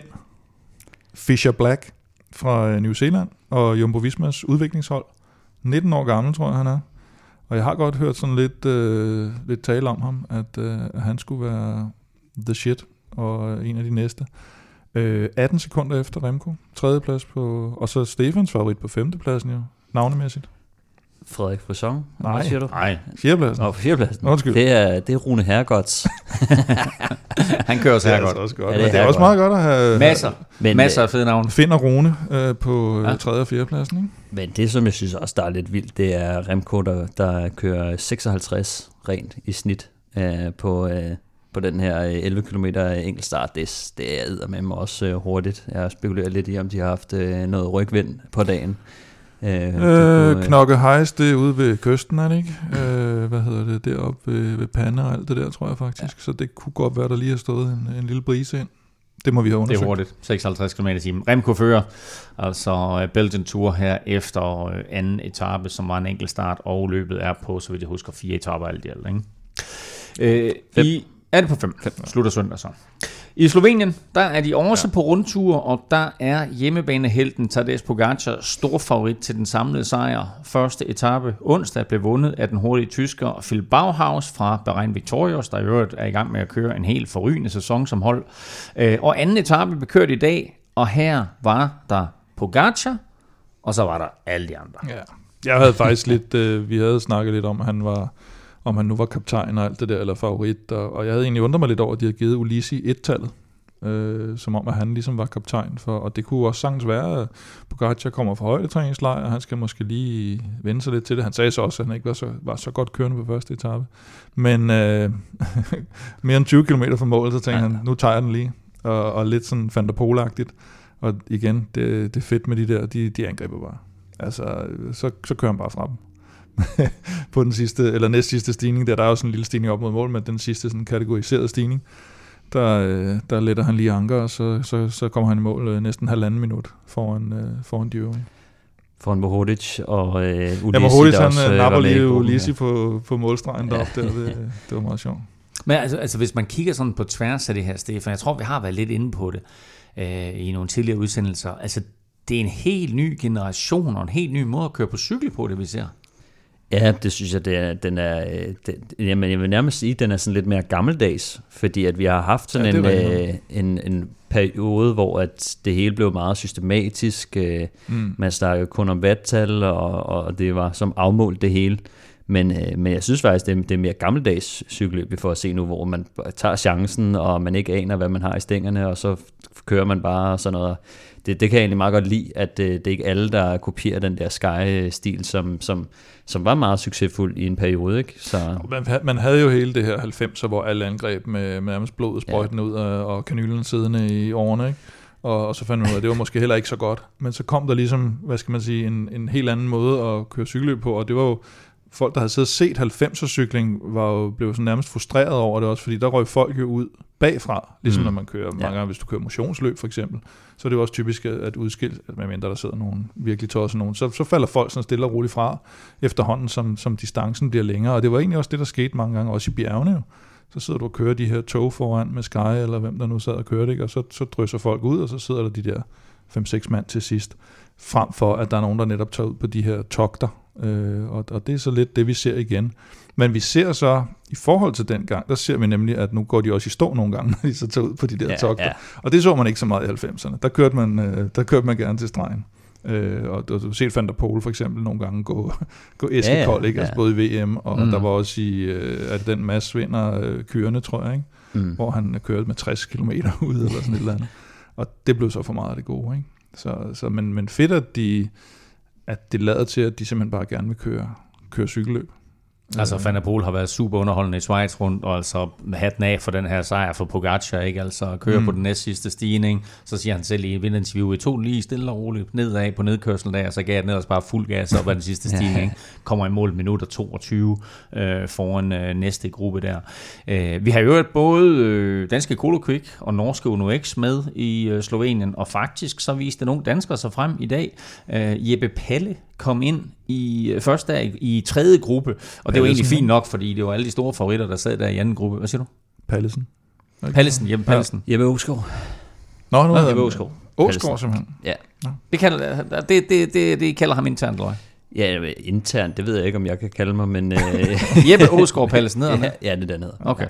Fisher Black fra New Zealand og Jumbo Vismas udviklingshold. nitten år gammel, tror jeg, han er. Og jeg har godt hørt sådan lidt, uh, lidt tale om ham, at uh, han skulle være the shit og en af de næste. atten sekunder efter Remco, tredjeplads på, og så Stefans favorit på femtepladsen jo, navnemæssigt? Frederik Frisson? Nej. Hvad siger du? Nej. Fjerdepladsen? Nå, fjerdepladsen. Undskyld. Det er, det er Rune Hergods. Han kører så Det her er godt. altså også godt. Ja, Ja, det det er, er også godt. meget godt at have Masser. Men, Masser af fede navne. Finn og Rune øh, på Ja. ja. tredje og fjerdepladsen, ikke? Men det, som jeg synes også, der er lidt vildt, det er Remco, der, der kører seksoghalvtreds rent i snit øh, på, øh, på den her elleve kilometer enkeltstart. Det, det er eddermame også øh, hurtigt. Jeg spekulerer lidt i, om de har haft øh, noget rygvind på dagen. Øh, Øh, kunne, øh, Knokke Heist, det er ude ved kysten, er det ikke? Øh, hvad hedder det? Deroppe ved, ved Pande og alt det der, tror jeg faktisk. Ja. Så det kunne godt være, der lige har stået en, en lille brise ind. Det må vi have Det undersøgt. er hurtigt. seksoghalvtreds kilometer i timen. Remco fører altså uh, Belgian Tour her efter uh, anden etape, som var en enkelt start, og løbet er på, så vidt jeg husker, fire etaper alt i alt. Ikke? Øh, Fem. I, er det på fem? fem. Slutter søndag så. I Slovenien, der er de også ja. på rundtur, og der er hjemmebanehelten Tadej Pogačar stor favorit til den samlede sejr. Første etape onsdag blev vundet af den hurtige tysker Phil Bauhaus fra Bahrain Victorious, der i øvrigt er i gang med at køre en helt forrygende sæson som hold. Og anden etape blev kørt i dag, og her var der Pogačar, og så var der alle de andre. Ja. Jeg havde faktisk lidt, øh, vi havde snakket lidt om, at han var, om han nu var kaptajn og alt det der, eller favorit, og, og jeg havde egentlig undret mig lidt over, at de havde givet Ulissi et-tallet, øh, som om, at han ligesom var kaptajn for, og det kunne også sagtens være, at Pogačar kommer fra højdetræningslejr, og han skal måske lige vende sig lidt til det. Han sagde så også, at han ikke var så, var så godt kørende på første etape, men øh, mere end tyve kilometer fra målet, så tænkte ja. han, nu tager jeg den lige, og, og lidt sådan Van der Poel-agtigt, og igen, det, det er fedt med de der, de, de angriber bare. Altså, så, så kører han bare fra dem. På den sidste, eller næst sidste stigning, der, der er jo sådan en lille stigning op mod mål, men den sidste sådan kategoriserede stigning, der, der letter han lige anker, og så, så, så kommer han i mål næsten halvanden minut foran, foran de øvrige. Foran Mohodic og øh, Ulissi, ja, Mohodic, der også han øh, napper var med i lige gruppen, Ulissi ja. på, på målstregen deroppe, der, det, det var meget sjovt. Men altså, altså, hvis man kigger sådan på tværs af det her, Stefan, jeg tror, vi har været lidt inde på det øh, i nogle tidligere udsendelser, altså det er en helt ny generation og en helt ny måde at køre på cykel på, det vi ser. Ja, det synes jeg, det er, den er, den, jamen, jeg vil nærmest sige, at den er sådan lidt mere gammeldags, fordi at vi har haft sådan ja, en, øh, en, en periode, hvor at det hele blev meget systematisk. Øh, mm. Man snakkede kun om vattal, og, og det var som afmålt det hele. Men, øh, men jeg synes faktisk, det er, det er mere gammeldags cykelløb, vi får at se nu, hvor man tager chancen, og man ikke aner, hvad man har i stængerne, og så kører man bare sådan noget. Det, det kan jeg egentlig meget godt lide, at øh, det er ikke alle, der kopierer den der Sky-stil, som, som, som var meget succesfuld i en periode. Ikke? Så... Man, man havde jo hele det her halvfemser, hvor alle angreb med, med nærmest blodet sprøjten ja. ud, og, og kanylen siddende i årene, ikke? Og, og så fandt man ud af, at det var måske heller ikke så godt. Men så kom der ligesom, hvad skal man sige, en, en helt anden måde at køre cykelløb på, og det var jo folk, der havde siddet set halvfemser-cykling, var jo blevet sådan nærmest frustreret over det også, fordi der røg folk jo ud bagfra, ligesom mm. når man kører, mange ja. gange, hvis du kører motionsløb for eksempel, så er det jo også typisk at udskille, at medmindre der sidder nogen virkelig tosset nogen, så, så falder folk sådan stille og roligt fra efterhånden, som, som distancen bliver længere, og det var egentlig også det, der skete mange gange, også i bjergene jo. Så sidder du og kører de her tog foran med Sky, eller hvem der nu sad og kørte, ikke? Og så, så drysser folk ud, og så sidder der de der fem seks mand til sidst, frem for at der er nogen, der netop tager ud på de her togter. Øh, og, og det er så lidt det, vi ser igen. Men vi ser så, i forhold til den gang, der ser vi nemlig, at nu går de også i stå nogle gange, når de så tager ud på de der ja, togter. Ja. Og det så man ikke så meget i halvfemserne. Der kørte man, øh, der kørte man gerne til stregen. Øh, og du har set Van der Poel for eksempel nogle gange gå, gå æskekold, ja, ja, ja. Altså både i V M, og mm. der var også i, øh, at den Mads vinder øh, kørende, tror jeg, ikke? Mm. Hvor han kørte med tres kilometer ud, eller sådan et eller andet. Og det blev så for meget af det gode, ikke? Så, så, men, men fedt, at de... at det lader til, at de simpelthen bare gerne vil køre, køre cykelløb. Altså Van der Poel har været super underholdende i Schweiz rundt, og altså hatten af for den her sejr for Pogačar, ikke? Altså kører mm. på den næst sidste stigning, så siger han selv i et vindinterview, I tog lige stille og roligt nedad på nedkørslen der, og så gav jeg den ellers bare fuld gas op ad den sidste stigning, ikke? Kommer i mål minut og toogtyve øh, foran øh, næste gruppe der. Øh, vi har jo både øh, danske Colo Quick og norske Uno X med i øh, Slovenien, og faktisk så viste nogle danskere sig frem i dag. Øh, Jeppe Palle kom ind i første dag i tredje gruppe, og det var egentlig fint nok, fordi det var alle de store favoritter, der sad der i anden gruppe. Hvad siger du? Pallesen. Okay. Pallesen, Jeppe Pallesen. Ja. Jeppe Åskov. Nå, nu Jeppe Åskov. Åskov simpelthen. Ja. Det kalder, det, det, det, det kalder ham internt, eller? Ja, internt, det ved jeg ikke, om jeg kan kalde mig, men... Øh, Jeppe Åsgaard Pallesen hedder han. Ja, ja, det er dernede. Okay.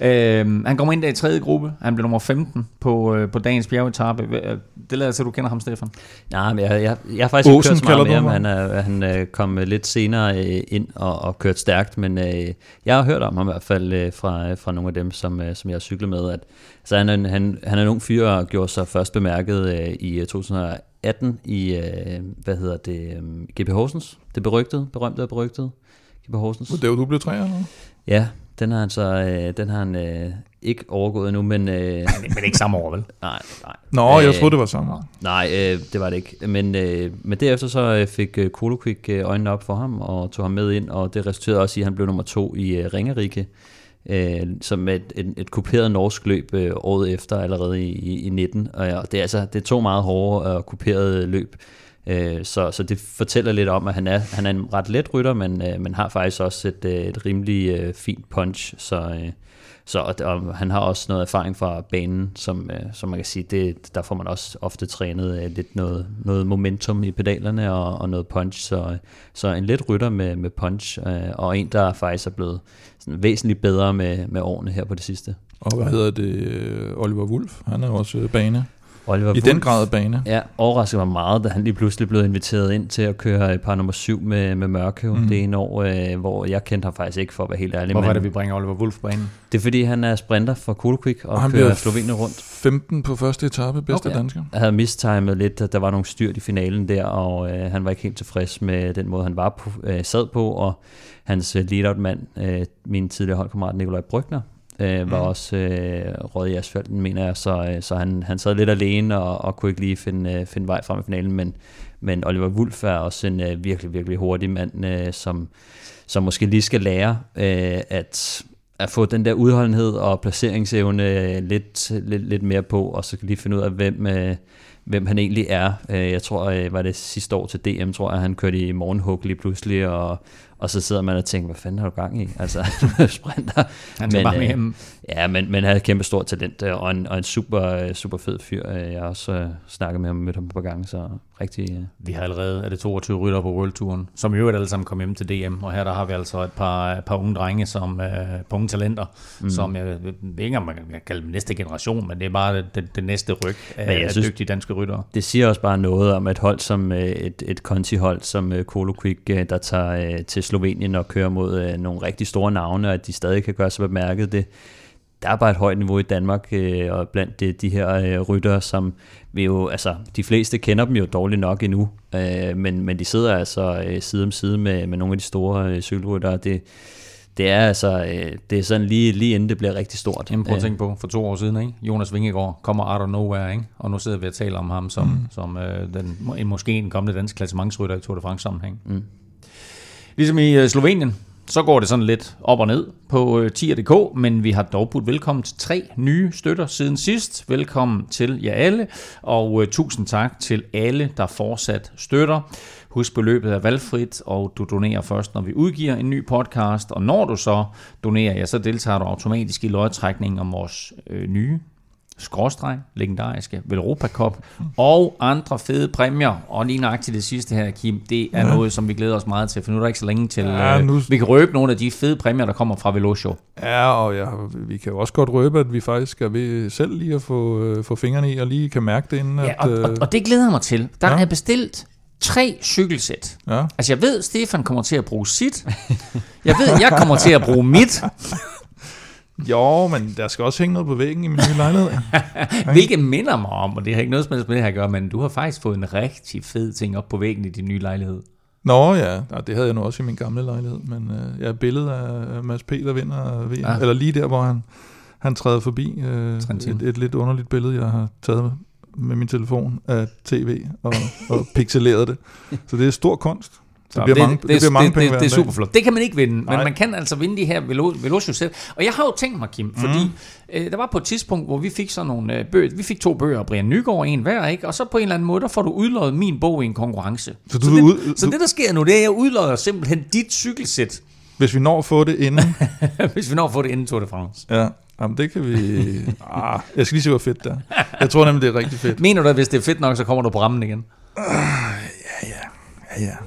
Øh, han kommer ind der i tredje gruppe. Han blev nummer femten på, øh, på dagens bjergetappe. Det lader sig, du kender ham, Stefan. Nej, men jeg, jeg, jeg har faktisk Åsen, ikke kørt så meget du mere, men han, er, han øh, kom lidt senere øh, ind og, og kørt stærkt, men øh, jeg har hørt om ham i hvert fald øh, fra, fra nogle af dem, som, øh, som jeg har cyklet med. At, altså, han, er, han, han er en ung fyr og gjorde sig først bemærket øh, i to tusind og atten i, øh, hvad hedder det, um, G P Horsens, det berygtede, berømte og berygtede G P Horsens. Det var du blev træer, eller? Ja, den har han så, øh, den har han øh, ikke overgået endnu, men... Øh, men ikke samme år, vel? Nej, nej. Nå, øh, jeg troede, det var samme år. Nej, øh, det var det ikke. Men, øh, men derefter så fik øh, Koloquik øh, øjnene op for ham og tog ham med ind, og det resulterede også i, at han blev nummer to i øh, Ringerike, øh, som et, et, et kuperet norsk løb øh, året efter, allerede i, i, i nitten. Og det er altså det er to meget hårde og kuperede løb. Øh, så, så det fortæller lidt om, at han er, han er en ret let rytter, men, øh, men har faktisk også et, et rimelig øh, fint punch. Så, øh, så og, og han har også noget erfaring fra banen, som, øh, som man kan sige, det, der får man også ofte trænet øh, lidt noget, noget momentum i pedalerne og, og noget punch. Så, så en let rytter med, med punch, øh, og en, der faktisk er blevet sådan væsentligt bedre med, med årene her på det sidste. Og hvad hedder det? Oliver Wulff, han er jo også bane. Oliver I Wulff, den grad bane. Ja, overraskede mig meget, da han lige pludselig blev inviteret ind til at køre et par nummer syv med, med Mørkøv. Mm. Det ene år, øh, hvor jeg kendte ham faktisk ikke, for at være helt ærlig. Hvorfor er det, vi bringer Oliver Wulff på banen? Det er fordi, han er sprinter for Koloquik og, og han kører Slovenien rundt. femten på første etape, bedste okay. dansker. Jeg havde mistimet lidt, at der var nogle styrt i finalen der, og øh, han var ikke helt tilfreds med den måde, han var på, øh, sad på, og hans øh, lead-out-mand, øh, min tidligere holdkammerat Nikolaj Brygner, Øh, var mm. også øh, rød i asfalten, mener jeg, så, øh, så han, han sad lidt alene og, og kunne ikke lige finde, øh, finde vej frem i finalen, men, men Oliver Wulff er også en øh, virkelig, virkelig hurtig mand, øh, som, som måske lige skal lære øh, at, at få den der udholdenhed og placeringsevne øh, lidt, lidt, lidt mere på, og så kan lige finde ud af, hvem, øh, hvem han egentlig er. Øh, jeg tror, øh, var det sidste år til D M, tror jeg, han kørte i morgenhug lige pludselig, og Og så sidder man og tænker, hvad fanden har du gang i? Altså, sprinter. Han skal bare med hjem. Ja, men, men han havde et kæmpe stort talent, og en, og en super, super fed fyr. Jeg har også uh, snakket med ham, mødt ham på gang, så rigtig... Uh... Vi har allerede, er det toogtyve rytter på World-turen, som i øvrigt alle sammen kom hjem til D M, og her der har vi altså et par, et par unge drenge, som uh, par unge talenter, mm. som jeg ved ikke, om man kan kalde dem næste generation, men det er bare det, det næste ryg af, af dygtige danske ryttere. Det siger også bare noget om et hold som et, et Conti-hold, som uh, Koloquik, uh, der tager uh, til Slovenien og kører mod øh, nogle rigtig store navne, og at de stadig kan gøre sig bemærket. Det, der er bare et højt niveau i Danmark, øh, og blandt de, de her øh, ryttere, som vi jo, altså, de fleste kender dem jo dårligt nok endnu, øh, men, men de sidder altså øh, side om side med, med nogle af de store øh, cykelryttere. Det, det er altså, øh, det er sådan lige, lige inden det bliver rigtig stort. Jamen prøv at tænke på, for to år siden, ikke? Jonas Vingegaard kommer out of nowhere, ikke? Og nu sidder vi og taler om ham som, mm. som øh, den, en, måske en kommende dansk klassementsrytter i Tour de France sammenhæng. Mm. Ligesom i Slovenien, så går det sådan lidt op og ned på tier punktum d k, men vi har dog budt velkommen til tre nye støtter siden sidst. Velkommen til jer alle, og uh, tusind tak til alle, der fortsat støtter. Husk, beløbet er valgfrit, og du donerer først, når vi udgiver en ny podcast, og når du så donerer, ja, så deltager du automatisk i lodtrækningen om vores øh, nye skråstreg, legendariske Velropa Cup og andre fede præmier. Og lige nøjagtigt det sidste her, Kim, det er ja. noget, som vi glæder os meget til, for nu er der ikke så længe til, ja, nu... vi kan røbe nogle af de fede præmier, der kommer fra Velocio. Ja, og ja, vi kan jo også godt røbe, at vi faktisk er ved selv lige at få, øh, få fingrene i, og lige kan mærke det inden. Ja, at, og, og, og det glæder jeg mig til. Der ja. er bestilt tre cykelsæt. Ja. Altså jeg ved, Stefan kommer til at bruge sit. Jeg ved, jeg kommer til at bruge mit. Jo, men der skal også hænge noget på væggen i min nye lejlighed. Hvilket minder mig om, og det har ikke noget med det her at gøre, men du har faktisk fået en rigtig fed ting op på væggen i din nye lejlighed. Nå ja, det havde jeg nu også i min gamle lejlighed, men øh, jeg har et billede af Mads P., der vinder V M, ja. eller lige der, hvor han, han træder forbi. Øh, et, et lidt underligt billede, jeg har taget med min telefon af tv og, og pixeleret det. Så det er stor kunst. Så det bliver mange, det, det, det bliver mange det, penge det, det er super flot. Det kan man ikke vinde, Nej. men man kan altså vinde de her Velocio-sæt. Og jeg har jo tænkt mig, Kim, mm. fordi øh, der var på et tidspunkt, hvor vi fik sådan nogle øh, bøger, vi fik to bøger, Brian Nygaard en hver, ikke? Og så på en eller anden måde, der får du udløjet min bog i en konkurrence. Så, så, så, det, ud, så du, det, der sker nu, det er, at jeg udløjer simpelthen dit cykelsæt. Hvis vi når at få det inden. Hvis vi når at få det inden Tour de France. Ja. Jamen det kan vi... Ah, jeg skal lige se, hvor fedt det er. Jeg tror nemlig, det er rigtig fedt. Mener du, at hvis det er fedt nok, så kommer du på rammen igen? Uh, ja, ja, ja, ja.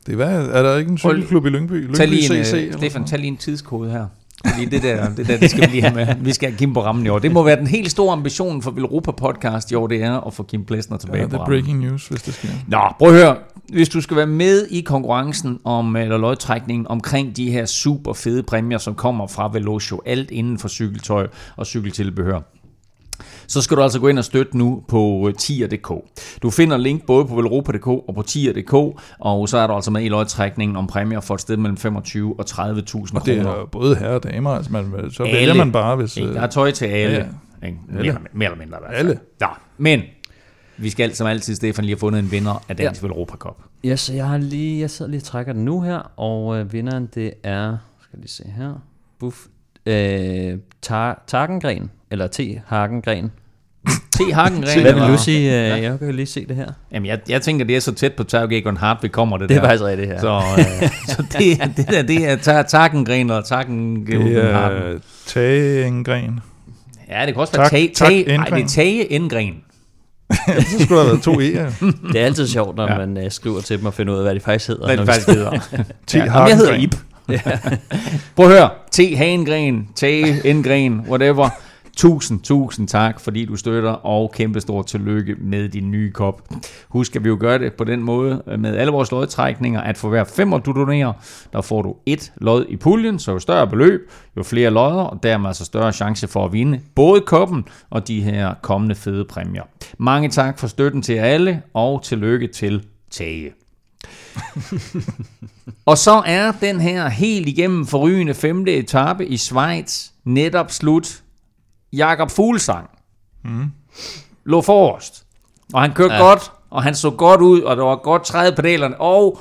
Det er, hvad, er der ikke en cykelklub i Lyngby? Lyngby tag lige en, C C, uh, Stefan, tag lige en tidskode her. Fordi det der, det der, det skal vi lige have med. Vi skal have Kim på rammen i år. Det må være den helt store ambition for Velropa Podcast i år, det er at få Kim Plesner tilbage ja, på det er rammen. breaking news, hvis det sker. Nå, prøv at høre. Hvis du skal være med i konkurrencen om, eller lodtrækningen omkring de her super fede præmier, som kommer fra Velocio, alt inden for cykeltøj og cykeltilbehør, så skal du altså gå ind og støtte nu på tier punktum d k. Du finder link både på velropa punktum d k og på tier punktum d k, og så er du altså med i lodtrækningen om præmier for et sted mellem femogtyve og tredive tusind kroner. Og det er både herrer og damer, altså man, så alle. Vælger man bare, hvis... Der er tøj til alle. Ja, ja. Mere, mere eller mindre. Alle. Ja, men vi skal som altid, Stefan, lige have fundet en vinder af dagens ja. Velropa Cup. Ja, så jeg har lige, jeg sidder lige og trækker den nu her, og øh, vinderen det er, skal lige se her, Buff, øh, tar, Tarkengren, eller T. Hakengren. T. Hakengren. Hvad vil du sige? Øh, ja. Jeg kan lige se det her. Jamen, jeg, jeg tænker, det er så tæt på Tarkengren Hart, vi kommer det, det der. Det er faktisk rigtigt her. Så, øh, så det, det der, det er Tarkengren og Tarkengren Hart. Det er Tagengren. Ja, det kan også være Tage. Nej, det er Tage Engren. Så skulle der have været to E'er. Det er altid sjovt, når ja. man uh, skriver til dem og finder ud af, hvad de faktisk hedder. Hvad de faktisk hedder. T. Ja, jeg hedder Ip. Ja. Prøv at høre. T. Hagengren, Tage Engren, whatever. Tusind, tusind tak, fordi du støtter, og kæmpe stort tillykke med din nye kop. Husk, at vi jo gør det på den måde med alle vores lodtrækninger, at for hver femmer du donerer, der får du et lod i puljen, så jo større beløb, jo flere lodder, og dermed altså større chance for at vinde både koppen og de her kommende fede præmier. Mange tak for støtten til alle, og tillykke til Tage. Og så er den her helt igennem forrygende femte etape i Schweiz netop slut. Jakob Fuglsang mm. lå forrest, og han kørte ja. godt, og han så godt ud, og der var godt træde på pedalerne, og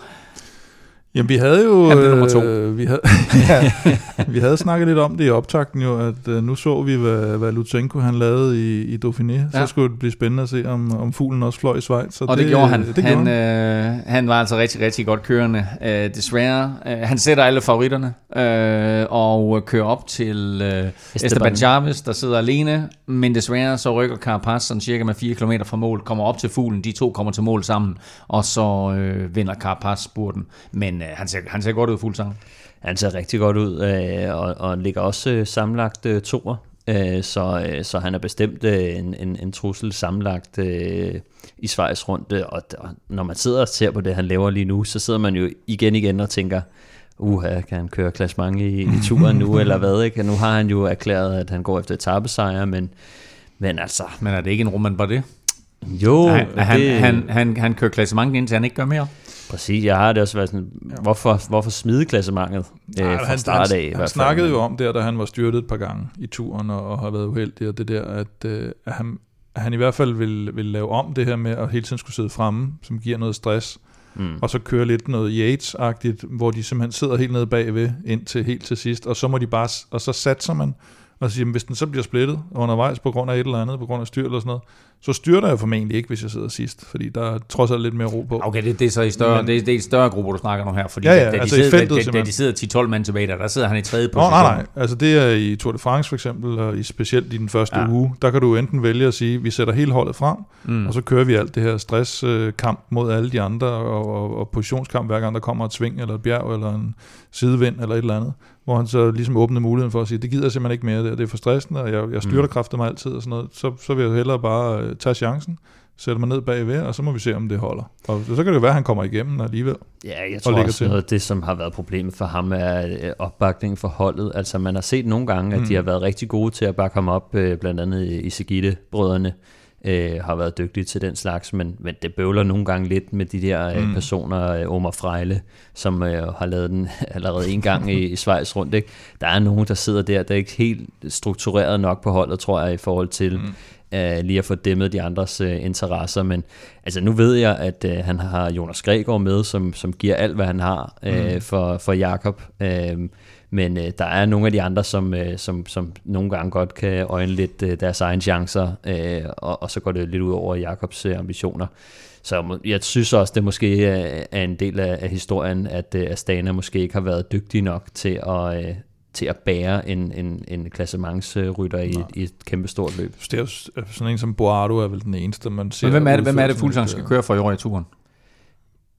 jamen, vi havde jo han blev nummer to. Øh, vi, havde, ja, vi havde snakket lidt om det i optakten jo, at øh, nu så vi, hvad, hvad Lutsenko han lavede i, i Dauphiné. Ja. Så skulle det blive spændende at se, om, om fuglen også fløj i Schweiz. Og det, det gjorde han. Det han, gjorde han. Øh, han var altså rigtig, rigtig godt kørende. Øh, desværre. Øh, han sætter alle favoritterne øh, og kører op til øh, Esteban Chaves, der sidder alene. Men desværre så rykker Carapaz sådan cirka med fire kilometer fra mål, kommer op til fuglen. De to kommer til mål sammen, og så øh, vinder Carapaz spurten. Men Han ser, han ser godt ud, Fuglsang. Han ser rigtig godt ud, øh, og, og ligger også øh, sammenlagt øh, toer, øh, så, øh, så han er bestemt øh, en, en, en trussel sammenlagt øh, i Schweiz rundt, og, og når man sidder og ser på det, han laver lige nu, så sidder man jo igen igen og tænker, uha, kan han køre klassement i, i turen nu, eller hvad, ikke? Nu har han jo erklæret, at han går efter etapesejre, men, men altså... Men er det ikke en Romain Bardet? Jo, han, det... han, han, han, han kører klassementet indtil han ikke gør mere. Præcis, jeg har det også været sådan, hvorfor, hvorfor smide klassementet øh, fra han, start af? Han, han snakkede jo om det, da han var styrtet et par gange i turen og, og har været uheldig, og det der, at, øh, at, han, at han i hvert fald vil, vil lave om det her med at hele tiden skulle sidde fremme, som giver noget stress, mm. og så køre lidt noget Yates-agtigt, hvor de simpelthen sidder helt nede bagved indtil helt til sidst, og så må de bare, og så satser man, og siger, hvis den så bliver splittet undervejs på grund af et eller andet, på grund af styr eller sådan noget, så styrter jeg formentlig ikke, hvis jeg sidder sidst, fordi der er trods alt lidt mere ro på. Okay, det, det er så i større, men, det, det er en større gruppe, du snakker nu her, fordi ja, ja, da, altså de sidder, feltet, da, da, da de sidder ti tolv mand tilbage, der, der sidder han i tredje position. Nå, nej, nej, altså det er i Tour de France for eksempel, og i, specielt i den første ja. uge, der kan du enten vælge at sige, vi sætter hele holdet frem, mm. og så kører vi alt det her stresskamp mod alle de andre, og, og, og positionskamp hver gang der kommer et sving, eller et bjerg, eller en sidevind, eller et eller andet, hvor han så ligesom åbner muligheden for at sige, det gider jeg simpelthen ikke mere, det er for stressende, og jeg, jeg styrter mm. kræfter mig altid, og sådan noget, så, så vil jeg hellere bare uh, tage chancen, sætte mig ned bagved, og så må vi se, om det holder. Og så kan det jo være, at han kommer igennem alligevel. Ja, jeg tror også, noget af det, som har været problemet for ham, er opbakningen for holdet. Altså, man har set nogle gange, at mm. de har været rigtig gode til at bakke ham op, blandt andet i Seguide-brødrene, øh, har været dygtige til den slags, men, men det bøvler nogle gange lidt med de der mm. personer, Omar Freile, som øh, har lavet den allerede en gang i, i Schweiz rundt. Ikke? Der er nogen, der sidder der, der er ikke helt struktureret nok på holdet, tror jeg, i forhold til... Mm. Uh, lige at få dæmmet de andres uh, interesser, men altså nu ved jeg, at uh, han har Jonas Gregor med, som, som giver alt, hvad han har uh, mm. for, for Jakob, uh, men uh, der er nogle af de andre, som, uh, som, som nogle gange godt kan øjne lidt uh, deres egne chancer, uh, og, og så går det lidt ud over Jakobs uh, ambitioner. Så jeg synes også, det måske uh, er en del af, af historien, at uh, Astana måske ikke har været dygtig nok til at... Uh, til at bære en, en, en klassementsrytter i, i et kæmpe stort løb. Det er jo sådan en som Boardo er vel den eneste, man ser. Men hvem er det, hvem er det Fuglsang skal køre for i år i turen?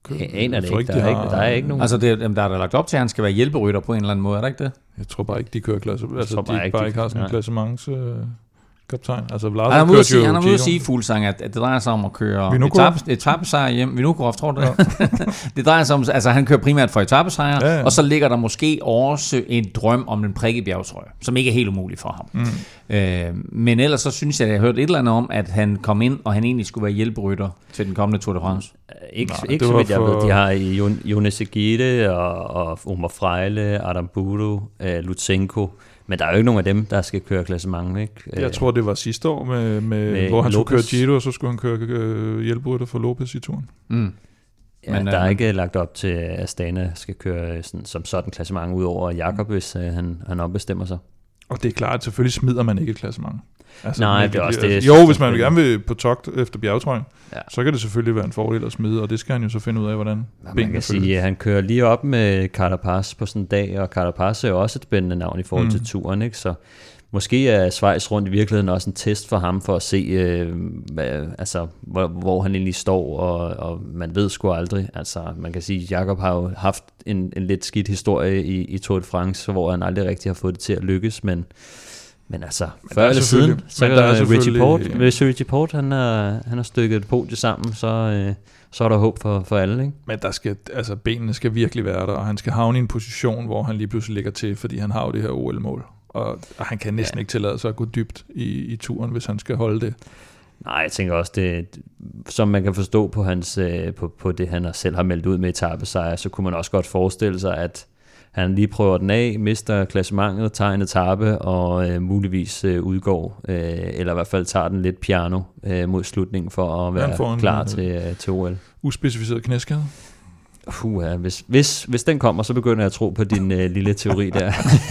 Jeg aner det ikke. Der er ikke, der er ikke nogen... Altså, det, der er der lagt op til, at han skal være hjælperytter på en eller anden måde, er der ikke det? Jeg tror bare ikke, de kører klasse. Altså, de bare ikke, bare ikke har sådan en klassements... Øh, kaptajn. Altså, Lars han har sige, han har ude at sige, Fuglsang, at, at det drejer sig om at køre etapesejr hjem. Vinokurov, tror du det? Ja. Det drejer sig om, altså han kører primært for etapesejr, ja, ja. Og så ligger der måske også en drøm om den prikkebjergtrøje, som ikke er helt umulig for ham. Mm. Øh, men ellers så synes jeg, at jeg har hørt et eller andet om, at han kom ind, og han egentlig skulle være hjælperytter til den kommende Tour de France. Ikke, Nej, ikke så vidt jeg for... ved. De har Jonas Egede og, og Omar Frejle, Adam Budo, uh, Lutsenko. Men der er jo ikke nogen af dem, der skal køre klassement, ikke? Jeg tror, det var sidste år, med, med, med hvor han Lopez. Skulle køre Giro, og så skulle han køre øh, hjælperytter for Lopez i turen. Mm. Ja, men der er øh, ikke lagt op til, at Astana skal køre sådan, som sådan klassement ud over Jakob, hvis øh, han, han ombestemmer sig. Og det er klart, at selvfølgelig smider man ikke et klassement. Altså, Nej, det er også det. Altså, jo, hvis man gerne vil på togt efter bjergetrøjen, ja. Så kan det selvfølgelig være en fordel at smide, og det skal han jo så finde ud af, hvordan ja, man kan sige, at han kører lige op med Carapaz på sådan en dag, og Carapaz er jo også et spændende navn i forhold mm. til turen, ikke? Så måske er Schweiz rundt i virkeligheden også en test for ham, for at se, øh, hvad, altså, hvor, hvor han egentlig står, og, og man ved sgu aldrig. Altså, man kan sige, at Jakob har jo haft en, en lidt skidt historie i, i Tour de France, hvor han aldrig rigtig har fået det til at lykkes, men Men altså, men før eller siden, så er der Richie Port, hvis Richie Port, han har, han har stykket et podie sammen, så, øh, så er der håb for, for alle, ikke? Men der skal, altså, benene skal virkelig være der, og han skal havne i en position, hvor han lige pludselig ligger til, fordi han har jo det her O L-mål, og, og han kan næsten ja. ikke tillade sig at gå dybt i, i turen, hvis han skal holde det. Nej, jeg tænker også, det, som man kan forstå på, hans, på, på det, han selv har meldt ud med etapesejr, så kunne man også godt forestille sig, at han lige prøver den af, mister klassementet, tager en etape og øh, muligvis øh, udgår, øh, eller i hvert fald tager den lidt piano øh, mod slutningen for at være klar en, til, øh, til O L. Uspecificeret knæskade? Uh, ja, hvis, hvis, hvis den kommer, så begynder jeg at tro på din øh, lille teori der.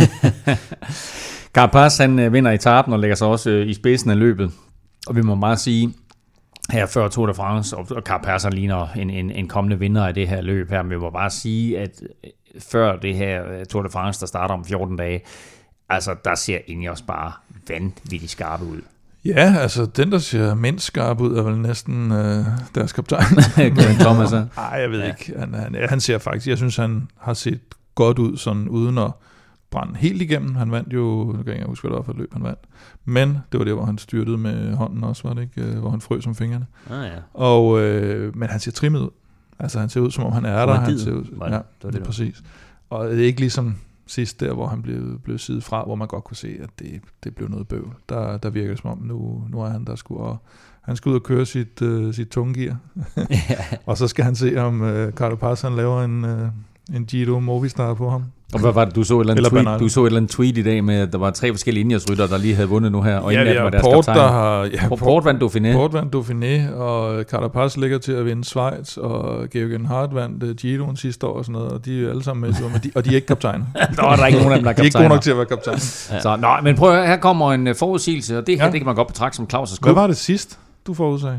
Carapaz, han øh, vinder etapen og lægger sig også øh, i spidsen af løbet. Og vi må meget sige, her før Tour de France, og Carapaz ligner en, en, en kommende vinder af det her løb her, men vi må bare sige, at før det her Tour de France, der starter om fjorten dage, altså der ser Ineos bare vanvittigt skarpe ud. Ja, altså den, der ser mindst skarp ud, er vel næsten øh, deres kaptajn. Thomas, Nej, jeg ved ja. ikke. Han, han, han ser faktisk, jeg synes, han har set godt ud, sådan uden at brænde helt igennem. Han vandt jo, nu kan jeg ikke huske, hvad det var for et løb, han vandt. Men det var det, hvor han styrtede med hånden også, var det ikke? Hvor han frøs om fingrene. Ah, ja. Og, øh, men han ser trimmet ud. Altså han ser ud, som om han er der. Han ser ud, ja, det var det, det præcis. Og det er ikke ligesom sidst der, hvor han blev, blev sidet fra, hvor man godt kunne se, at det, det blev noget bøvl. Der, der virker som om, nu, nu er han der skulle, og han skal ud og køre sit, uh, sit tungegear. Og så skal han se, om uh, Carapaz han laver en, uh, en Giro Movistar på ham. Og hvad var det, du så et eller andet, tweet, du så et eller andet tweet i dag med, at der var tre forskellige Ineos-rytter, der lige havde vundet nu her, og ja, inden ja, var deres Port, kaptajn. Der har, ja, Port, Port vandt Dauphiné. Port vandt Dauphiné, og Carapaz ligger til at vinde Schweiz, og Georg Hart vandt uh, Giroen sidste år og sådan noget, og de er alle sammen med, og de, og de er ikke kaptajner. Nå, der er ikke nogen af dem, der er kaptajner. De er ikke gode nok til at være kaptajn. Ja. Så, nå, men prøv at høre, her kommer en forudsigelse, og det her, ja. det kan man godt betragte som Claus' skub. Hvad var det sidst, du forudsagde?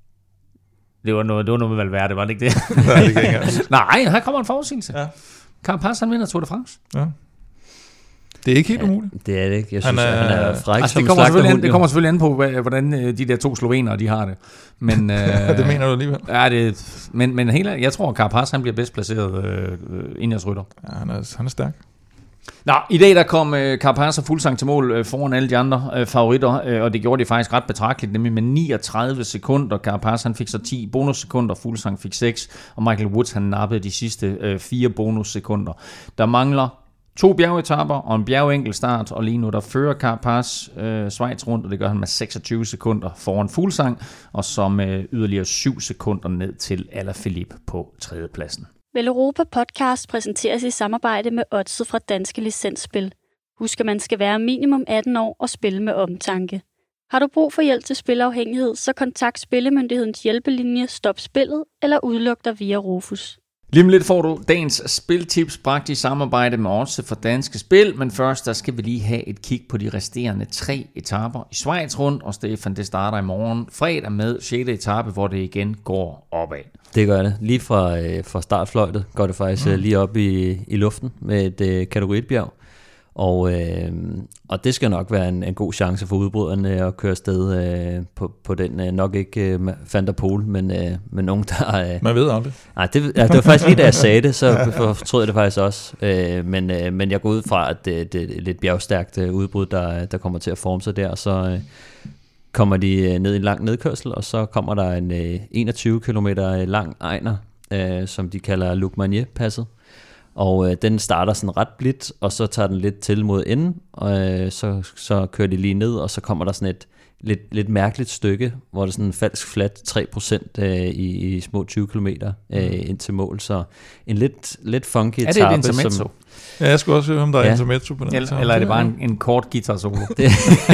Det var noget, det var noget med Valverde, var det ikke det? Nej, det kan ikke. Nej, her kommer en forudsigelse. Ja. Carapaz, han vinder Tour de France. Ja. Det er ikke helt ja, umuligt. Det er det ikke. Jeg synes, han er, han er fræk altså, som det kommer, an, det kommer selvfølgelig an på, hvordan de der to slovener, de har det. Men, øh, det mener du alligevel. Ja, det, men, men hele, jeg tror, at Carapaz, han bliver bedst placeret øh, Ineos rytter. Ja, han er, han er stærk. Nå, i dag der kom øh, Carapaz og Fuglsang til mål øh, foran alle de andre øh, favoritter, øh, og det gjorde de faktisk ret betragteligt, nemlig med niogtredive sekunder. Carapaz han fik så ti bonussekunder, Fuglsang fik seks, og Michael Woods han nappede de sidste øh, fire bonussekunder. Der mangler to bjergetapper og en bjergenkelstart, og lige nu der fører Carapaz øh, Schweiz rundt, og det gør han med seksogtyve sekunder foran Fuglsang, og så med yderligere syv sekunder ned til Alaphilippe på tredjepladsen. Vel Europa Podcast præsenteres i samarbejde med Oddset fra Danske Licensspil. Husk, at man skal være minimum atten år og spille med omtanke. Har du brug for hjælp til spilafhængighed, så kontakt Spillemyndighedens hjælpelinje Stop Spillet eller udluk dig via Rufus. Lige om lidt får du dagens spiltips bragt i samarbejde med Oddset for Danske Spil, men først der skal vi lige have et kig på de resterende tre etaper i Schweiz rundt, og Stefan, det starter i morgen fredag med sjette etape, hvor det igen går opad. Det gør det. Lige fra, øh, fra startfløjtet går det faktisk mm. lige op i, i luften med et øh, kategori et bjerg. Og, øh, og det skal nok være en, en god chance for udbryderne at køre afsted øh, på, på den, øh, nok ikke øh, Van der Poel, men, øh, men nogen, der... Øh, Man ved aldrig. Nej, det, ja, det var faktisk lige da jeg sagde det, så fortrød jeg det faktisk også. Øh, men, øh, men jeg går ud fra, at det, det er lidt bjergstærkt øh, udbrud, der, der kommer til at forme sig der, så øh, kommer de øh, ned i en lang nedkørsel, og så kommer der en øh, enogtyve kilometer lang ejner, øh, som de kalder Lugmanier-passet. Og øh, den starter sådan ret blidt, og så tager den lidt til mod enden, og øh, så, så kører de lige ned, og så kommer der sådan et lidt, lidt mærkeligt stykke, hvor det er sådan en falsk flat tre procent øh, i, i små tyve kilometer øh, ind til mål, så en lidt, lidt funky etape. Er det et intermezzo? Som, ja, jeg skulle også høre, om der er ja. intermezzo på den. Eller, eller er det bare en, en kort guitar solo? det,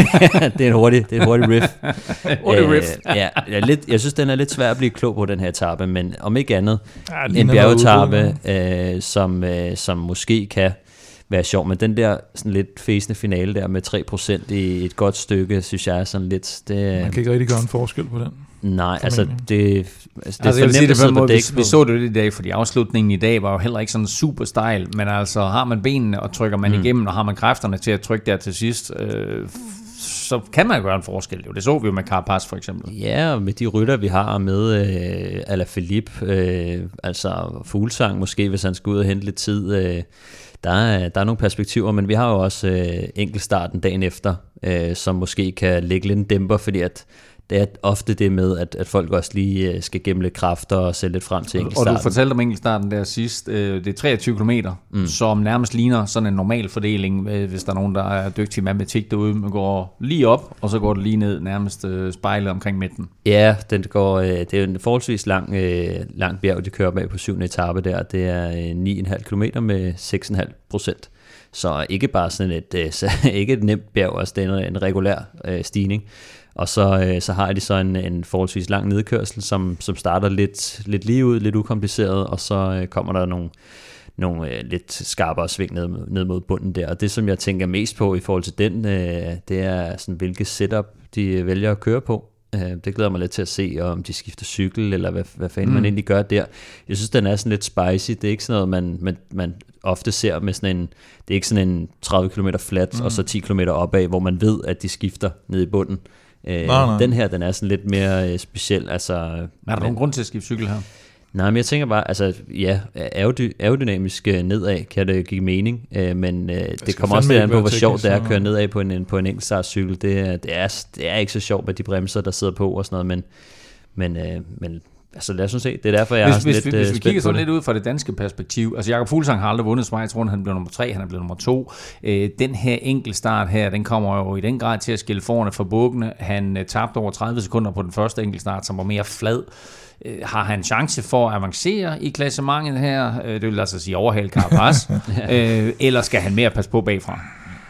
det er en hurtig, det er en hurtig riff. hurtig riff. øh, ja, jeg, er lidt, jeg synes, den er lidt svær at blive klog på, den her etape, men om ikke andet, ja, en bjergetape, øh, som, øh, som måske kan være sjov, men den der sådan lidt fæsende finale der med tre procent i et godt stykke, synes jeg er sådan lidt... Det, man kan ikke rigtig gøre en forskel på den. Nej, altså det, altså det altså, er for nemt at sidde på dæk. Vi, vi så det i dag, fordi afslutningen i dag var jo heller ikke sådan super stejl, men altså har man benene og trykker man mm. igennem, og har man kræfterne til at trykke der til sidst, øh, så kan man gøre en forskel. Jo. Det så vi jo med Carapaz for eksempel. Ja, og med de rytter, vi har med øh, Alaphilippe, øh, altså Fuglsang måske, hvis han skal ud og hente lidt tid, øh, der, er, der er nogle perspektiver, men vi har jo også øh, enkeltstarten dagen efter, øh, som måske kan lægge lidt en dæmper, fordi at det er ofte det med, at, at folk også lige skal gemme lidt kræfter og sætte lidt frem til enkeltstarten. Og du fortalte om enkeltstarten der sidst. Det er treogtyve kilometer, mm. som nærmest ligner sådan en normal fordeling, hvis der er nogen, der er dygtig i matematik derude. Man går lige op, og så går det lige ned, nærmest spejlet omkring midten. Ja, den går, det er en forholdsvis lang, lang bjerg, de kører bag på syvende etape der. Det er ni komma fem kilometer med seks komma fem procent. Så ikke bare sådan et, ikke et nemt bjerg, også det er en regulær stigning. Og så, øh, så har de så en, en forholdsvis lang nedkørsel, som, som starter lidt, lidt lige ud, lidt ukompliceret, og så øh, kommer der nogle, nogle øh, lidt skarpere sving ned, ned mod bunden der. Og det, som jeg tænker mest på i forhold til den, øh, det er sådan, hvilket setup de vælger at køre på. Øh, det glæder mig lidt til at se, om de skifter cykel, eller hvad, hvad fanden mm. man egentlig gør der. Jeg synes, den er sådan lidt spicy. Det er ikke sådan noget, man, man, man ofte ser med sådan en, det er ikke sådan en tredive kilometer flat, mm. og så ti kilometer opad, hvor man ved, at de skifter ned i bunden. Øh, nej, nej. Den her, den er sådan lidt mere øh, speciel. Altså, er der men, nogen grund til at skifte cykel her? Nej, men jeg tænker bare, altså ja, aerody, aerodynamisk nedad kan det give mening, øh, men øh, det kommer også lidt an på, hvor sjovt det er at køre nedad på en, på en enkeltstartcykel. Det, det, er, det er ikke så sjovt med de bremser, der sidder på og sådan noget, men, men, øh, men altså lad os nu se, det er derfor, jeg hvis, har sådan hvis, lidt Hvis vi kigger sådan det. lidt ud fra det danske perspektiv, altså Jakob Fuglsang har aldrig vundet Schweiz-runden, han blev nummer tre, han er blevet nummer to. Øh, den her enkeltstart her, den kommer jo i den grad til at skille forerne fra bukkene. Han øh, tabte over tredive sekunder på den første enkeltstart, som var mere flad. Øh, har han chance for at avancere i klassementet her? Øh, det vil altså sige overhale Carapaz. øh, eller skal han mere passe på bagfra?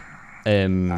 Øhm...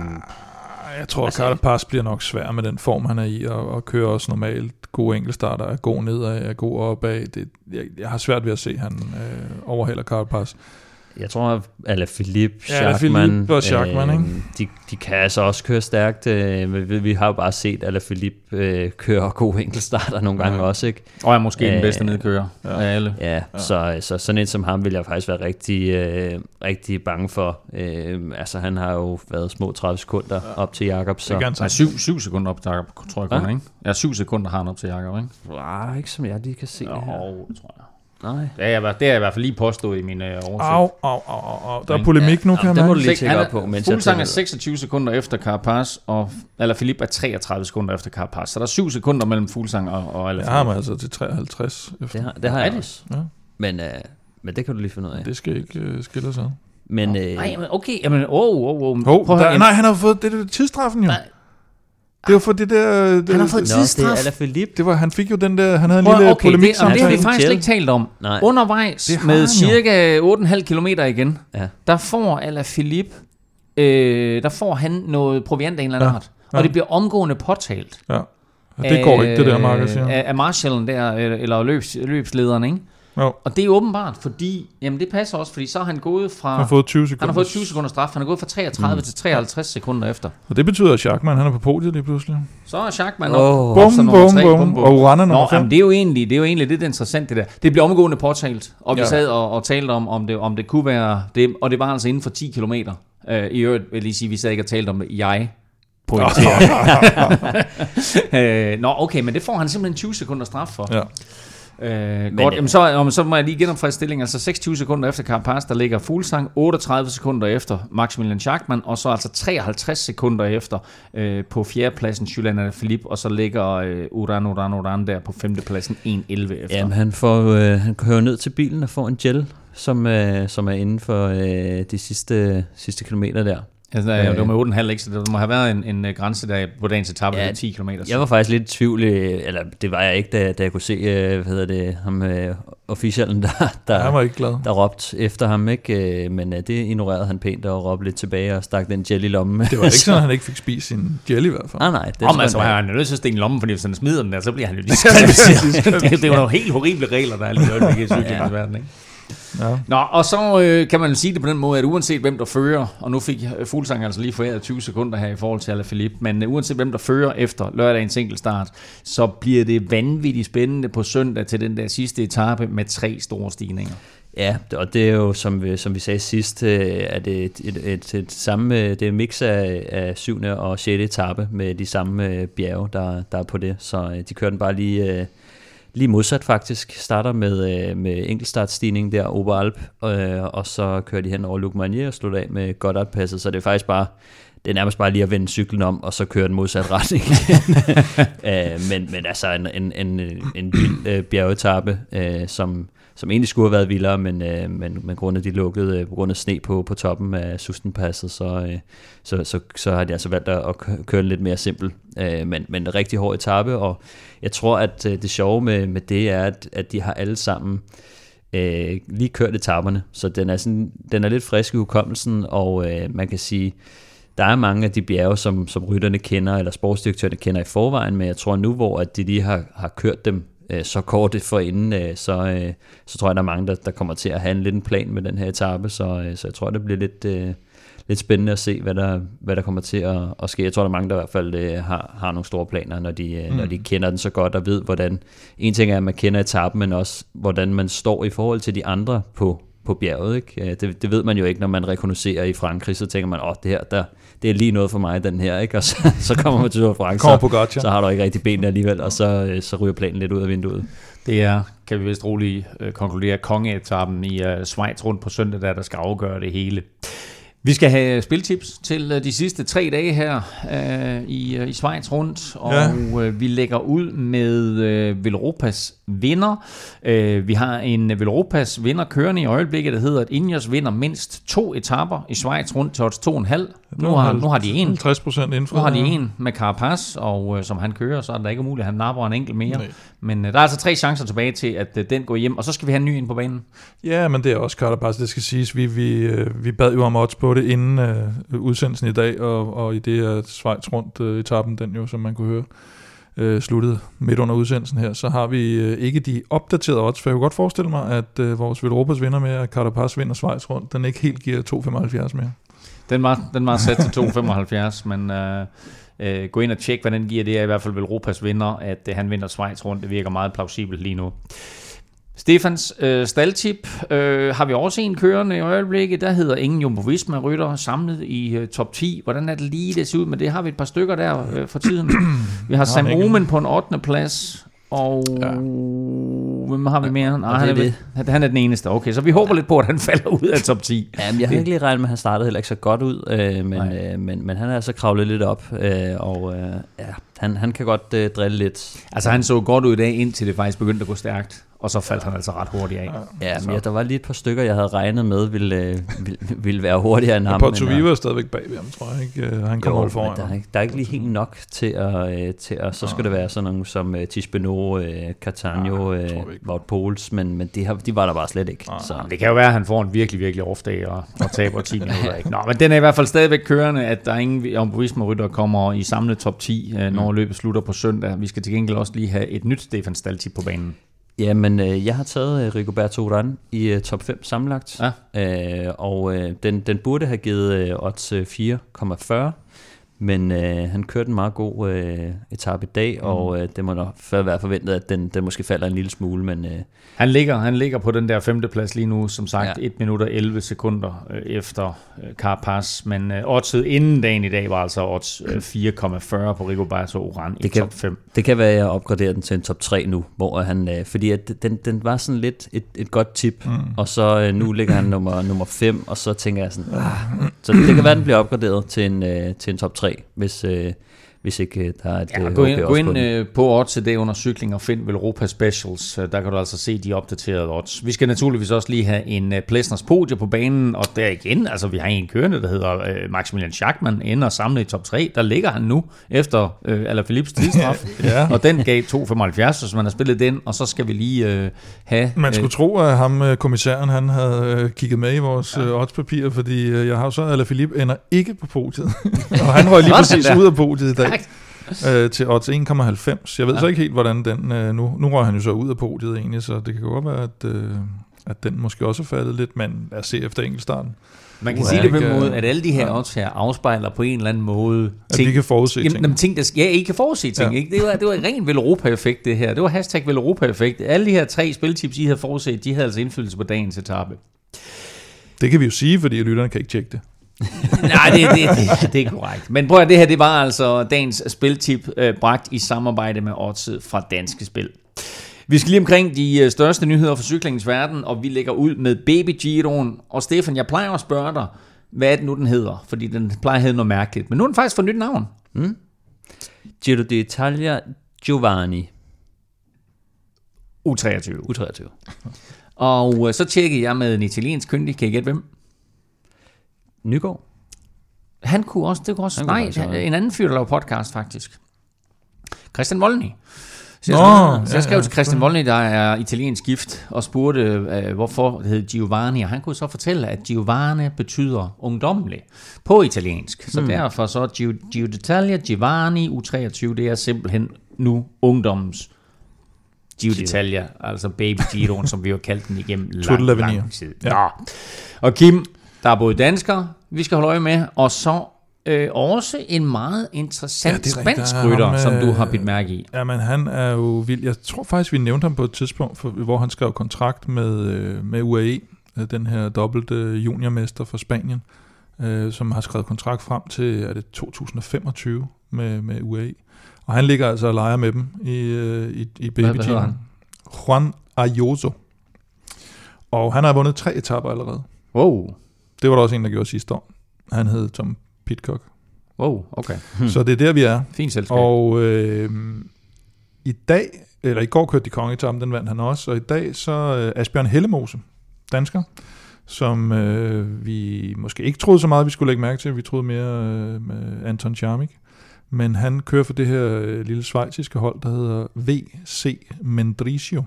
Jeg tror, at Carapaz bliver nok svær med den form, han er i, og, og kører også normalt gode enkeltstarter, er god nedad, er god opad. Det, jeg, jeg har svært ved at se, at han øh, overhælder Carapaz. Jeg tror, at Alaphilippe, ja, Schachmann, og Schachmann, øh, de, de kan altså også køre stærkt. Øh, vi, vi har jo bare set Alaphilippe øh, køre gode enkeltstarter nogle gange ja. også, ikke? Og er måske øh, den bedste nedkører ja. af alle. Ja, ja. Så, så sådan en som ham vil jeg faktisk være rigtig, øh, rigtig bange for. Øh, altså, han har jo været små tredive sekunder ja. op til Jakob. Så. Nej, syv, syv sekunder op til Jakob, tror jeg kun, ja? ikke? Ja, syv sekunder har han op til Jakob, ikke? Nej, ikke som jeg lige kan se. Jo, det tror jeg. Nej. Det er, jeg, det er jeg i hvert fald lige påstået i min øh, oversigt. Au, au, au, au. Der er polemik ja, nu, kan man. Det må du lige tjekke op på. Fuglsang er seksogtyve sekunder efter Carapaz, og Alaphilippe er treogtredive sekunder efter Carapaz. Så der er syv sekunder mellem Fuglsang og, og Alaphilippe. Jeg har man altså til treoghalvtreds efter. Det har, det har jeg også. Ja. Men, øh, men det kan du lige finde ud af. Det skal ikke øh, skille sig. Men, øh, nej, men okay. Jamen, oh, oh, oh. oh der, nej, han har fået det, det tidsstraffen jo. Nej. Det var for det der... Det, han har fået tidsstraf. Det, Alaphilippe. det var, han fik jo den der... Han havde en lille okay, polemik. Det, det har vi faktisk slet ikke talt om. Nej. Undervejs med cirka otte komma fem kilometer igen, ja. der får Alaphilippe, øh, der får han noget proviant af en eller anden ja. art. Og ja. det bliver omgående påtalt. Ja. Og det går ikke, det der, Marcus siger. Af, af marshallen der, eller løbs, løbslederen, ikke? Jo. Og det er åbenbart, fordi, jamen det passer også, fordi så har han gået fra... Han har fået tyve sekunder. Han har fået tyve sekunder straf. Han er gået fra treogtredive mm. til treoghalvtreds sekunder efter. Og det betyder, at Schachmann, han er på podiet lige pludselig. Så er Schachmann oh. op. Bum, bum, bum, bum. Og Urana nummer fem. Jamen, det er jo egentlig, det er jo egentlig lidt interessant, det der. Det bliver omgående påtalt, og vi ja. sad og, og talte om, om det, om det kunne være... Det, og det var altså inden for ti kilometer. Øh, I øvrigt vil jeg lige sige, vi sad ikke og talt om jeg pointerer. øh, Nå, okay, men det får han simpelthen tyve sekunder straf for. Ja. Øh, men, godt, jamen, så, jamen, så må jeg lige genopfriske stillingen. Altså seksogtyve sekunder efter Carapaz, der ligger Fuglsang, otteogtredive sekunder efter Maximilian Schachmann, og så altså treoghalvtreds sekunder efter øh, på fjerdepladsen Julian Alaphilippe, og så ligger øh, Uran Uran Uran der på femtepladsen en elleve efter. Jamen han, får, øh, han kører ned til bilen og får en gel, som, øh, som er inden for øh, de sidste, sidste kilometer der. Altså, øh, det var med otte komma fem, ikke? Så der må have været en, en grænse der på dagens etape, ja, ti kilometer. Jeg var faktisk lidt i tvivl, eller det var jeg ikke, da, da jeg kunne se, hvad hedder det, ham officialen, der, der, han var ikke glad. der råbte efter ham, ikke? Men det ignorerede han pænt og råbte lidt tilbage og stak den jelly i lommen. Det var ikke sådan, at han ikke fik spist sin jelly i hvert fald. Ah, nej, det Om altså, han er nødt til at stikke i lommen, fordi hvis han smider den der, så bliver han jo lige skrevet. det, det er jo nogle helt horrible regler, der er lige øjeblikket i cyklingsverdenen, ikke? Ja. Nå, og så øh, kan man sige det på den måde, at uanset hvem der fører, og nu fik Fuglsang altså lige foræret tyve sekunder her i forhold til Alaphilippe, men øh, uanset hvem der fører efter lørdagens enkeltstart, så bliver det vanvittigt spændende på søndag til den der sidste etape med tre store stigninger. Ja, og det er jo, som vi, som vi sagde sidst, at det et, et, et, et samme, det er et mix af, af syvende og sjette etape med de samme bjerge, der, der er på det, så de kører den bare lige... Lige modsat faktisk, starter med, med enkeltstartstigning der, Oberalp, øh, og så kører de hen over Lugmanier og slutter af med Goddard-passet, så det er faktisk bare, det er nærmest bare lige at vende cyklen om, og så køre den modsat retning. øh, men, men altså en, en, en, en vild øh, bjergetappe, øh, som, som egentlig skulle have været vildere, men, øh, men, men grundet de lukkede, øh, på grund af sne på, på toppen af Sustenpasset, så, øh, så, så, så har de altså valgt at køre den lidt mere simpel. Øh, men, men en rigtig hård etape, og jeg tror, at øh, det sjove med, med det er, at, at de har alle sammen øh, lige kørt etaperne, så den er, sådan, den er lidt frisk i hukommelsen, og øh, man kan sige, der er mange af de bjerge, som, som rytterne kender, eller sportsdirektørerne kender i forvejen, men jeg tror nu, hvor at de lige har, har kørt dem øh, så kort forinden, øh, så, øh, så tror jeg, der er mange, der, der kommer til at have en lidt en plan med den her etape, så, øh, så jeg tror, det bliver lidt... Øh, lidt spændende at se, hvad der, hvad der kommer til at, at ske. Jeg tror, der er mange, der i hvert fald øh, har, har nogle store planer, når de, mm. når de kender den så godt og ved, hvordan... En ting er, at man kender etappen, men også, hvordan man står i forhold til de andre på, på bjerget. Ikke? Det, det ved man jo ikke, når man rekognoserer i Frankrig, så tænker man, åh, det her, der, det er lige noget for mig, den her, ikke? Og så, så kommer man til Frankrig, så, så har du ikke rigtig benene alligevel, og så, så ryger planen lidt ud af vinduet. Det er, kan vi vist roligt øh, konkludere, kongeetappen i øh, Schweiz rundt på søndag, der, der skal afgøre det hele. Vi skal have spiltips til de sidste tre dage her øh, i, i Schweiz rundt, og ja. øh, vi lægger ud med øh, Velropas vinder. Øh, vi har en Velropas vinder kørende i øjeblikket, der hedder, at Ineos vinder mindst to etaper i Schweiz rundt til odds to komma fem. Nu har, nu har de en. halvtreds procent indfri. Nu har de en med Carapaz, og øh, som han kører, så er det ikke umuligt, at han napper en enkelt mere. Nej. Men øh, der er altså tre chancer tilbage til, at øh, den går hjem, og så skal vi have en ny ind på banen. Ja, men det er også Carapaz, det skal siges. Vi, vi, øh, vi bad jo om odds på det inden øh, udsendelsen i dag, og, og i det her Schweiz rundt øh, etappen, den jo, som man kunne høre, øh, sluttede midt under udsendelsen her, så har vi øh, ikke de opdaterede odds, for jeg kunne godt forestille mig, at øh, vores Velropas vinder med, at Carapaz vinder Schweiz rundt, den ikke helt giver to komma femoghalvfjerds mere. Den var, den var sat til to komma femoghalvfjerds, men øh, øh, gå ind og tjek, hvad den giver. Det er i hvert fald Velropas vinder, at øh, han vinder Schweiz rundt. Det virker meget plausibelt lige nu. Stefans øh, staldtip øh, har vi også en kørende i øjeblikket. Der hedder ingen Jumbo-Visma-rytter samlet i øh, top ti. Hvordan er det lige, det ser ud med det? Har vi et par stykker der øh, for tiden. Vi har Sam Oomen på en ottende plads. Og ja. Hvem har vi mere? Nej, han, er, det. han er den eneste. Okay, så vi håber lidt på, at han falder ud af top ti. Ja, men jeg har ikke lige regnet med, at han startede heller ikke så godt ud, øh, men, øh, men, men han er altså kravlet lidt op, øh, og øh, ja, han, han kan godt øh, drille lidt. Altså han så godt ud i dag, indtil det faktisk begyndte at gå stærkt. Og så faldt han altså ret hurtigt af. Ja, men ja, der var lige et par stykker, jeg havde regnet med, ville, ville, ville være hurtigere end ham. Porto Viva er stadigvæk bagved ham, tror jeg ikke. Han kan holde foran. Der er, der er ikke lige helt nok til at... Til at så skal det være sådan nogle som uh, Tispeno, uh, Catania, uh, Wout Poels, men, men de, har, de var der bare slet ikke. Så. Det kan jo være, at han får en virkelig, virkelig off-dag og, og taber ti minutter. Ikke? Nå, men den er i hvert fald stadigvæk kørende, at der er ingen Jumbo-Visma-rytter kommer i samlet top ti, uh, når mm. løbet slutter på søndag. Vi skal til gengæld også lige have et nyt Stefan Staltip på banen. Jamen, øh, jeg har taget øh, Rigoberto Urán i øh, top fem sammenlagt, ja. øh, og øh, den, den burde have givet øh, odds øh, fire komma fyrre, Men øh, han kørte en meget god øh, etape i dag, mm. og øh, det må nok være forventet, at den, den måske falder en lille smule. Men, øh, han, ligger, han ligger på den der femteplads lige nu, som sagt, ja. et minut og elleve sekunder øh, efter øh, Carapaz. Men øh, oddset inden dagen i dag var altså odds øh, fire komma fyrre på Rigoberto Urán i top fem. Det kan være, at jeg opgraderer den til en top tre nu, hvor han, øh, fordi at den, den var sådan lidt et, et godt tip, mm. og så øh, nu ligger han nummer, nummer fem, og så tænker jeg sådan, ah. så det kan være, at den bliver opgraderet til en, øh, til en top tre. Hvis, øh, hvis ikke øh, der er et ja, øh, gå ind, gå ind på, øh, på odds i dag under cykling og find Velropa Specials. Der kan du altså se de opdaterede odds. Vi skal naturligvis også lige have en øh, Plesners podie på banen, og der igen, altså vi har en kørende, der hedder øh, Maximilian Schachmann, ender samlet i top tre. Der ligger han nu efter øh, Alaphilippes tidsstraf, ja. Og den gav to komma femoghalvfjerds, så man har spillet den, og så skal vi lige øh, have... Man skulle øh, tro, at ham, kommissæren, han havde øh, kigget med i vores ja. øh, oddspapirer, fordi øh, jeg har så Alaphilippe ender ikke på podiet, og han røg lige præcis ud af podiet i dag. Øh, til odds en komma halvfems. Jeg ved ja. så ikke helt, hvordan den... Øh, nu, nu røg han jo så ud af podiet egentlig, så det kan godt være, at, øh, at den måske også er faldet lidt, men lad os se efter enkeltstarten. Man kan uh, sige det på en måde, at alle de her odds her afspejler på en eller anden måde... At ting, vi kan forudse jamen, ting. ting der, ja, I kan forudse ting. Ja. Ikke? Det var, det var en ren Velropa-effekt, det her. Det var hashtag Velropa-effekt. Alle de her tre spiltips, I havde forudset, de havde altså indflydelse på dagens etape. Det kan vi jo sige, fordi lytterne kan ikke tjekke det. Nej, det, det, det, det er korrekt. Men prøv at det her, det var altså dagens spiltip, øh, bragt i samarbejde med Oddset fra Danske Spil. Vi skal lige omkring de største nyheder fra cyklingens verden, og vi lægger ud med Baby Giroen. Og Stefan, jeg plejer at spørge dig, hvad er det nu, den hedder? Fordi den plejer at hedde noget mærkeligt. Men nu er den faktisk for nyt navn. Mm. Giro d'Italia Giovanni. U treogtyve. U treogtyve. Og øh, så tjekkede jeg med en italiensk kyndig. Kan I gætte hvem? Nygaard. Han kunne også, det kunne også, nej, også, ja. En anden fyr, der laver podcast faktisk. Christian Volny. Så jeg, Nå, så jeg skrev ja, til Christian Volny, der er italiensk gift, og spurgte, øh, hvorfor det hed Giovanni, og han kunne så fortælle, at Giovanni betyder ungdommelig på italiensk. Så hmm. derfor så Giro d'Italia Giovanni U treogtyve, det er simpelthen nu ungdommens Giro d'Italia, altså Baby Giroen, som vi har kaldt den igennem lang, lang tid. Ja. Og Kim, der er både danskere, vi skal holde øje med, og så øh, også en meget interessant ja, spansk rytter, som du har bidt mærke i. Ja, men han er jo vild. Jeg tror faktisk, vi nævnte ham på et tidspunkt, for, hvor han skrev kontrakt med, øh, med U A E, den her dobbelte juniormester for Spanien, øh, som har skrevet kontrakt frem til er det to tusind og femogtyve med, med U A E. Og han ligger altså og leger med dem i, øh, i, i Baby Giroen. Juan Ayuso. Og han har vundet tre etaper allerede. Wow. Det var der også en, der gjorde sidste år. Han hed Tom Pidcock. Wow, okay. Hmm. Så det er der, vi er. Fint selskab. Og øh, i dag, eller i går kørte de kongeetappen, den vandt han også, og i dag så øh, Asbjørn Hellemose, dansker, som øh, vi måske ikke troede så meget, vi skulle lægge mærke til. Vi troede mere øh, med Anton Charmik. Men han kører for det her øh, lille schweiziske hold, der hedder V C Mendrisio.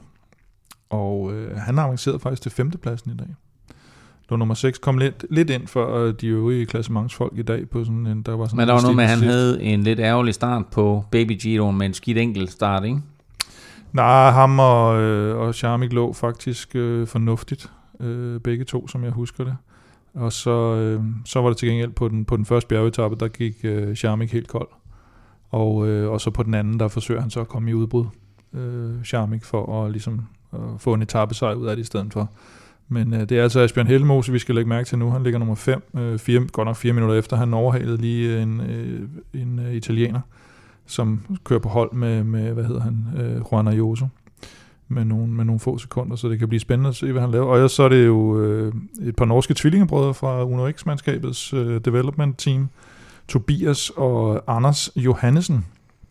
Og øh, han har avanceret faktisk til femtepladsen i dag. Det nummer seks kom lidt, lidt ind for de øvrige klassementsfolk i dag på sådan en, der var sådan. Men der var noget med, at han havde en lidt ærgerlig start på Baby Giroen med en skidt enkelt start, ikke? Nej, ham og, øh, og Charmik lå faktisk øh, fornuftigt, øh, begge to, som jeg husker det. Og så, øh, så var det til gengæld på den, på den første bjergetappe, der gik øh, Charmik helt kold. Og, øh, og så på den anden, der forsøger han så at komme i udbrud, øh, Charmik, for at ligesom at få en etappesejr ud af det i stedet for. Men øh, det er altså Asbjørn Hellemose, vi skal lægge mærke til nu. Han ligger nummer fem, øh, fire, godt nok fire minutter efter. Han overhalede lige en, øh, en øh, italiener, som kører på hold med, med hvad hedder han, øh, Juan Ayuso, med nogle, med nogle få sekunder, så det kan blive spændende at se, hvad han laver. Og så er det jo øh, et par norske tvillingebrødre fra Uno X-mandskabets øh, development team, Tobias og Anders Johannesen.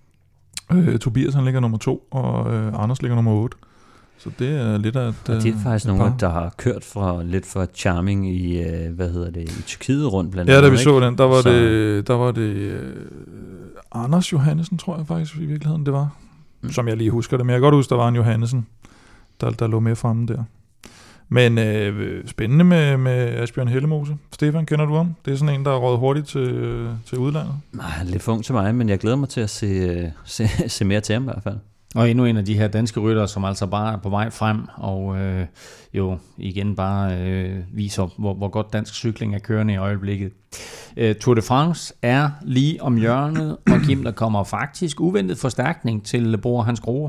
Øh, Tobias han ligger nummer to, og øh, Anders ligger nummer otte. Så det er lidt af et, og det er faktisk nogle, par. Der har kørt fra lidt for Charming i, øh, hvad hedder det, i Tyrkiet rundt blandt andet. Ja, da vi ikke? så den, der var så. det, der var det øh, Anders Johannesen, tror jeg faktisk i virkeligheden, det var. Mm. Som jeg lige husker det, men jeg kan godt huske, der var en Johannesen, der, der lå med fremme der. Men øh, spændende med, med Asbjørn Hellemose. Stefan, kender du ham? Det er sådan en, der er rådet hurtigt til, til udlandet. Nej, lidt for ung til mig, men jeg glæder mig til at se, se, se mere til ham i hvert fald. Og endnu en af de her danske ryttere, som altså bare er på vej frem, og øh, jo igen bare øh, viser, hvor, hvor godt dansk cykling er kørende i øjeblikket. Uh, Tour de France er lige om hjørnet, og Kim, der kommer faktisk uventet forstærkning til Bror Hans Grohe.